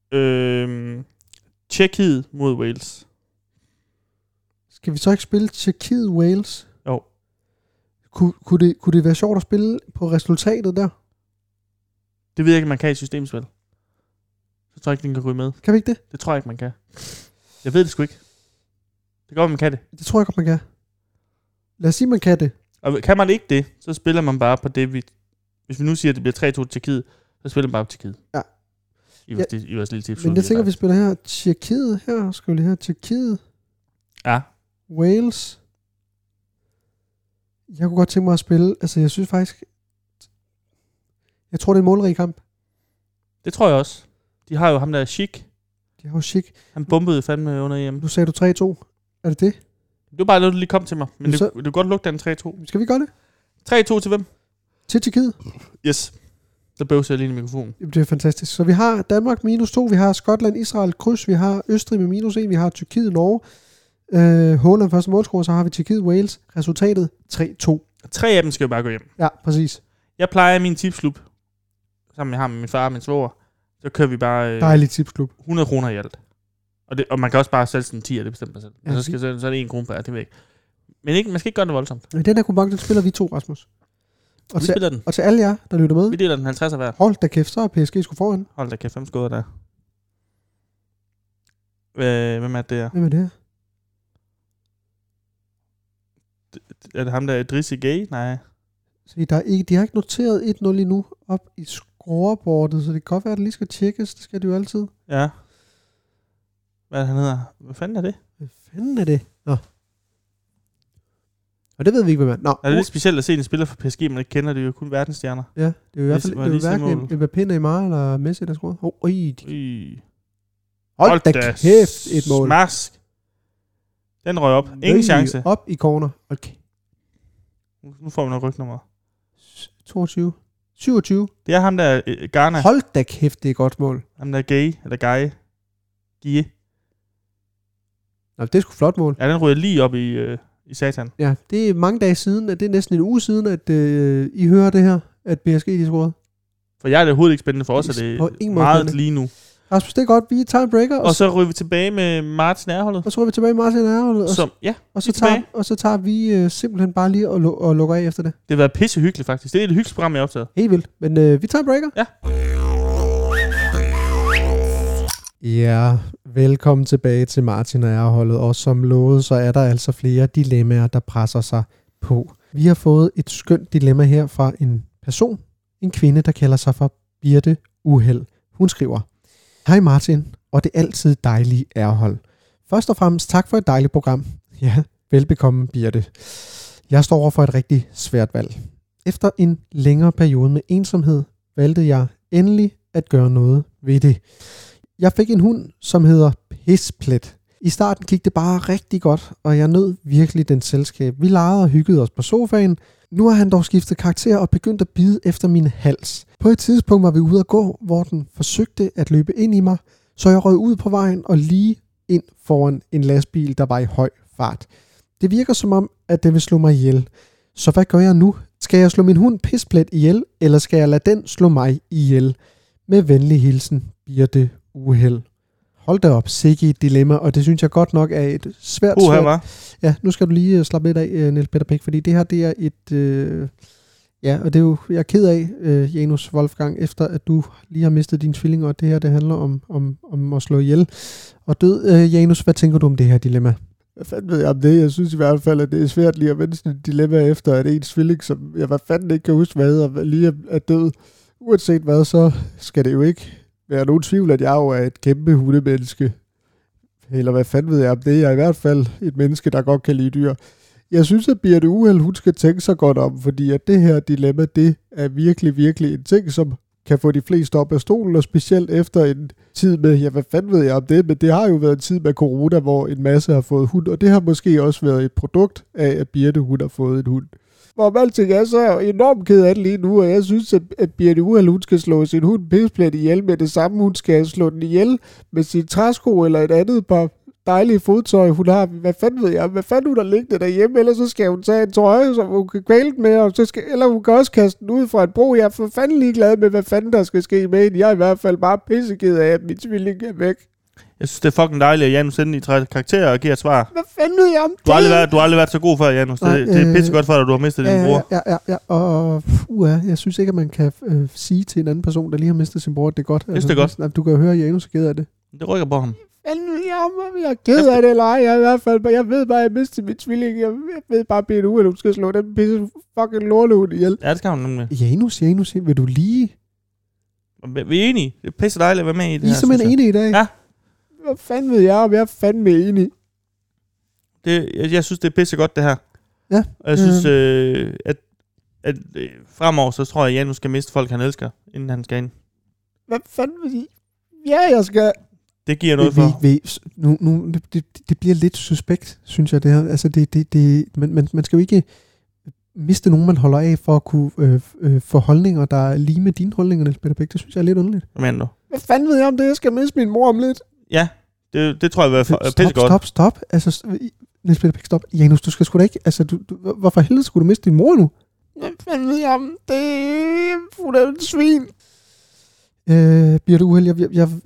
Tjekkiet mod Wales? Skal vi så ikke spille Tjekkiet Wales? Jo. Kunne det være sjovt at spille på resultatet der? Det ved jeg ikke, man kan i systemspil. Så tror jeg ikke, den kan ryge med. Kan vi ikke det? Det tror jeg ikke, man kan. Jeg ved det sgu ikke. Det går, man kan det. Det tror jeg godt, man kan. Lad os sige, man kan det. Og kan man ikke det, så spiller man bare på det, hvis vi nu siger, at det bliver 3-2 til Tjekkiet, så spiller man bare på Tjekkiet. Ja. I vores lille tips. Men jeg tænker, vi spiller her Tjekkiet her. Skal vi lige have Tjekkiet? Ja. Wales. Jeg kunne godt tænke mig at spille. Altså, jeg synes faktisk... Jeg tror, det er en målrig kamp. Det tror jeg også. De har jo ham der Schick. De har jo Schick. Han bombede fandme under EM. Nu sagde du 3-2. Er det det? Det var bare noget, du lige kom til mig. Men så... det er godt lugte af en 3-2. Skal vi gøre det? 3-2 til hvem? Til Tjekkiet. Yes. Der bøvser jeg lige i mikrofonen. Det er fantastisk. Så vi har Danmark minus 2, vi har Skotland, Israel kryds, vi har Østrig med minus 1, vi har Tyrkiet, Norge, Haaland første målscorer, så har vi Tjekkiet Wales. Resultatet 3-2. 3 af dem skal jo bare gå hjem. Ja, præcis. Jeg plejer min tipsklub, sammen med ham, min far og min svoger, så kører vi bare Dejlig tipsklub. 100 kroner i alt. Og man kan også bare sælge sådan en 10, det bestemmer sig selv. Ja. Så er det 1 krone per, det ved jeg ikke. Men man skal ikke gøre det voldsomt. Men den her kupon, den spiller vi 2, Rasmus. Vi spiller den. Og til alle jer, der lytter med. Vi deler den 50 hver. Hold da kæft, så er PSG sgu foran. Hold da kæft, 5 skåder der. Hvem er det her? Hvem er det her? Er det ham der Idrissi Gay? Nej. Se, de har ikke noteret 1-0 endnu op i scoreboardet, så det kan godt være, at det lige skal tjekkes. Det skal det jo altid. Ja. Hvad er det, han hedder? Hvad fanden er det? Hvad fanden er det? Nå. Og det ved vi ikke, hvad man... Nå. Er det lidt specielt at se en spiller fra PSG, man ikke kender? Det er jo kun verdensstjerner. Ja, det er jo i hvert fald hverken Mbappé, Neymar eller Messi, der scorede. Hold da kæft, et mål. Smask. Den røg op. Ingen chance. Op i corner. Okay. Nu får vi noget rygnummer. 22. 27. Det er ham der, Ghana. Hold da kæft, det er et godt mål. Ham der Gay, eller Gaye. Gie. Nå, det er sgu flot mål. Ja, den ryger lige op i satan. Ja, det er mange dage siden, at det er næsten en uge siden, at I hører det her, at PSG de scorede. For jeg er det overhovedet ikke spændende for os, at det er meget lige nu. Rasmus, det er godt, vi tager en breaker. Og så ryger vi tilbage med Martin Nærholdet. Og så ryger vi tilbage med Martin Nærholdet. Og så tager vi simpelthen bare lige og lukker af efter det. Det har været pissehyggeligt faktisk. Det er et hyggeligt program, jeg har optaget. Helt vildt. Men vi tager en breaker. Ja. Ja, velkommen tilbage til Martin Nærholdet. Og som lovet, så er der altså flere dilemmaer, der presser sig på. Vi har fået et skønt dilemma her fra en person. En kvinde, der kalder sig for Birte Uheld. Hun skriver: Hej Martin, og det altid dejlige Erhold. Først og fremmest tak for et dejligt program. Ja, velbekomme Birte. Jeg står over for et rigtig svært valg. Efter en længere periode med ensomhed, valgte jeg endelig at gøre noget ved det. Jeg fik en hund, som hedder Pisplet. I starten gik det bare rigtig godt, og jeg nød virkelig den selskab. Vi legede og hyggede os på sofaen. Nu har han dog skiftet karakter og begyndt at bide efter min hals. På et tidspunkt var vi ude at gå, hvor den forsøgte at løbe ind i mig, så jeg røg ud på vejen og lige ind foran en lastbil, der var i høj fart. Det virker som om, at den vil slå mig ihjel. Så hvad gør jeg nu? Skal jeg slå min hund Pisplet ihjel, eller skal jeg lade den slå mig ihjel? Med venlig hilsen, Birte Uheld. Hold da op, sikke et dilemma, og det synes jeg godt nok er et svært... Ja, nu skal du lige slappe lidt af, Niels Peter Bæk, fordi det her, det er et... ja, og det er jo, jeg er ked af, Janus Wolfgang, efter at du lige har mistet din tvilling, og det her, det handler om at slå ihjel og død. Janus, hvad tænker du om det her dilemma? Hvad fanden ved jeg om det? Jeg synes i hvert fald, at det er svært lige at vende sådan et dilemma efter, at ens tvilling, som jeg hvad fanden ikke kan huske, hvad hedder, lige er død. Uanset hvad, så skal det jo ikke være nogen tvivl, at jeg jo er et kæmpe hundemenneske. Eller hvad fanden ved jeg om det? Jeg er i hvert fald et menneske, der godt kan lide dyr. Jeg synes, at Birte Uheld, hun skal tænke sig godt om, fordi at det her dilemma, det er virkelig, virkelig en ting, som kan få de fleste op af stolen, og specielt efter en tid med, ja, hvad fanden ved jeg om det, men det har jo været en tid med corona, hvor en masse har fået hund, og det har måske også været et produkt af, at Birte, hun har fået en hund. Hvor alting er så enormt ked af det lige nu, og jeg synes, at Birte Uheld, hun skal slå sin hund Pisplet ihjel med det samme. Hun skal slå den ihjel med sin træsko eller et andet par dejlige fodtøj, hun har. Hvad fanden ved jeg? Hvad fanden hun har liggende derhjemme? Eller så skal hun tage en trøje, som hun kan kvæle den med, og så skal, eller hun kan også kaste den ud fra et bro. Jeg er for fanden ligeglad med, hvad fanden der skal ske med hende. Jeg er i hvert fald bare pisseked af, at min tvilling er væk. Jeg synes, det er fucking dejligt, at Janus sender i 3 karakterer og giver et svar. Hvad fanden ved jeg om det? Du har aldrig været så god før, Janus. Det er pissegodt for dig, at du har mistet din bror. Ja. Og jeg synes ikke, at man kan sige til en anden person, der lige har mistet sin bror, at det er godt. Jeg synes, det er godt. Du kan jo høre, at Janus er ked af det. Det rykker på ham. Jeg er ked af det, eller ej. Jeg i hvert fald, jeg ved bare, at jeg mistede min tvilling. Jeg ved bare, at du skal slå den pisse fucking lortehund ihjel. Ja, det skal hun nemlig. Janus, vil du lige... Vi er enige. Det er pisse dejligt at være med i det her. I er simpelthen enige i dag. Ja. Hvad fanden ved jeg, om jeg er fandme enig? Jeg synes, det er pisse godt, det her. Ja. Og jeg synes, at fremover, så tror jeg, at Janus skal miste folk, han elsker, inden han skal ind. Hvad fanden vil I? Ja, jeg skal... Det giver noget for. Det bliver lidt suspekt, synes jeg, det her. Altså, man skal jo ikke miste nogen, man holder af, for at kunne få holdninger, der er lige med dine holdninger, Niels Peter Bæk. Det synes jeg er lidt underligt. Hvad mener du? Hvad fanden ved jeg om det? Jeg skal miste min mor om lidt. Ja, Det tror jeg vil være pissegodt. Stop. Altså, Niels Peter Pick, stop. Janus, du skal sgu da ikke... Altså, hvorfor helvede skulle du miste din mor nu? Hvad fanden ved jeg om? Det er fuld af svin. Bliver du uheldig?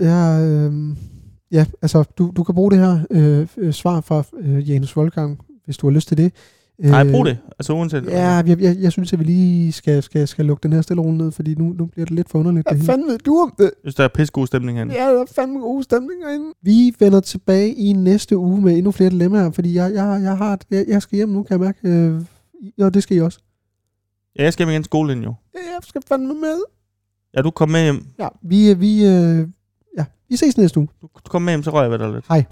Ja, altså, du kan bruge det her svar fra Janus Wolfgang, hvis du har lyst til det. Nej, brug det. Altså uanset. Ja, jeg synes, at vi lige skal lukke den her stille runde ned, fordi nu bliver det lidt for underligt. Hvad fanden ved du om det? Hvis der er pissegod stemning herinde. Ja, der er fandme god stemning herinde. Vi vender tilbage i næste uge med endnu flere dilemmaer, fordi jeg skal hjem nu, kan jeg mærke. Ja, det skal I også. Ja, jeg skal hjem igen i skolen jo. Ja, jeg skal fandme med. Ja, du kommer med hjem. Ja, vi ses næste uge. Du kommer med hjem, så rører jeg ved dig lidt. Hej.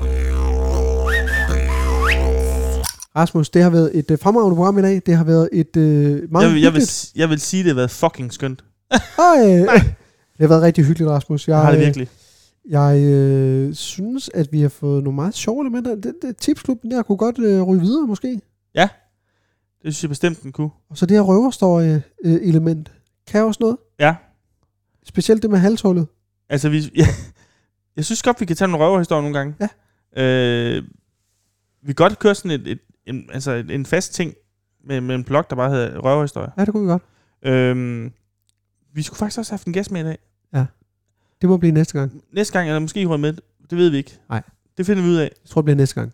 Rasmus, det har været et fremragende program i dag. Det har været et meget hyggeligt. Jeg vil sige, det har været fucking skønt. Det har været rigtig hyggeligt, Rasmus. Jeg har det virkelig. Jeg synes, at vi har fået nogle meget sjove elementer. Tipsklubben der kunne godt ryge videre, måske. Ja, det synes jeg bestemt, den kunne. Og så det her røverstory-element. Kan også noget. Ja. Specielt det med halshullet. Altså, jeg synes godt, vi kan tage nogle røverhistorier nogle gange. Ja. Vi kan godt køre sådan en fast ting med en blog, der bare hedder røverhistorier. Ja, det kunne vi godt. Vi skulle faktisk også have haft en gæst med i dag. Ja. Det må blive næste gang. Næste gang, eller måske I med. Det ved vi ikke. Nej. Det finder vi ud af. Jeg tror, det bliver næste gang.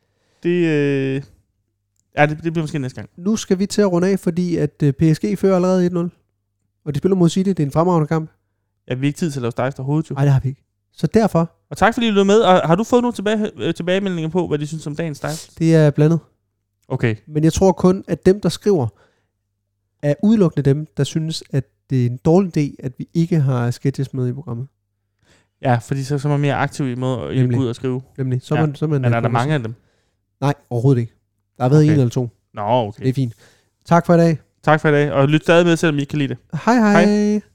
Det bliver måske næste gang. Nu skal vi til at runde af, fordi at PSG fører allerede 1-0. Og de spiller mod City. Det er en fremragende kamp. Ja, vi har ikke tid til at lave stejf overhovedet. Nej, det har vi ikke. Så derfor. Og tak fordi I lyttede med. Og har du fået nogle tilbagemeldinger på, hvad de synes om dagens stejf? Det er blandet. Okay. Men jeg tror kun, at dem, der skriver, er udelukkende dem, der synes, at det er en dårlig idé, at vi ikke har sketches med i programmet. Ja, fordi så er man mere aktiv i måde at gå ud og skrive. Nemlig. Men er der mange af dem? Nej, overhovedet ikke. Der har været en eller to. Nå, okay. Det er fint. Tak for i dag. Tak for i dag, og lyt stadig med, selvom I ikke kan lide det. Hej.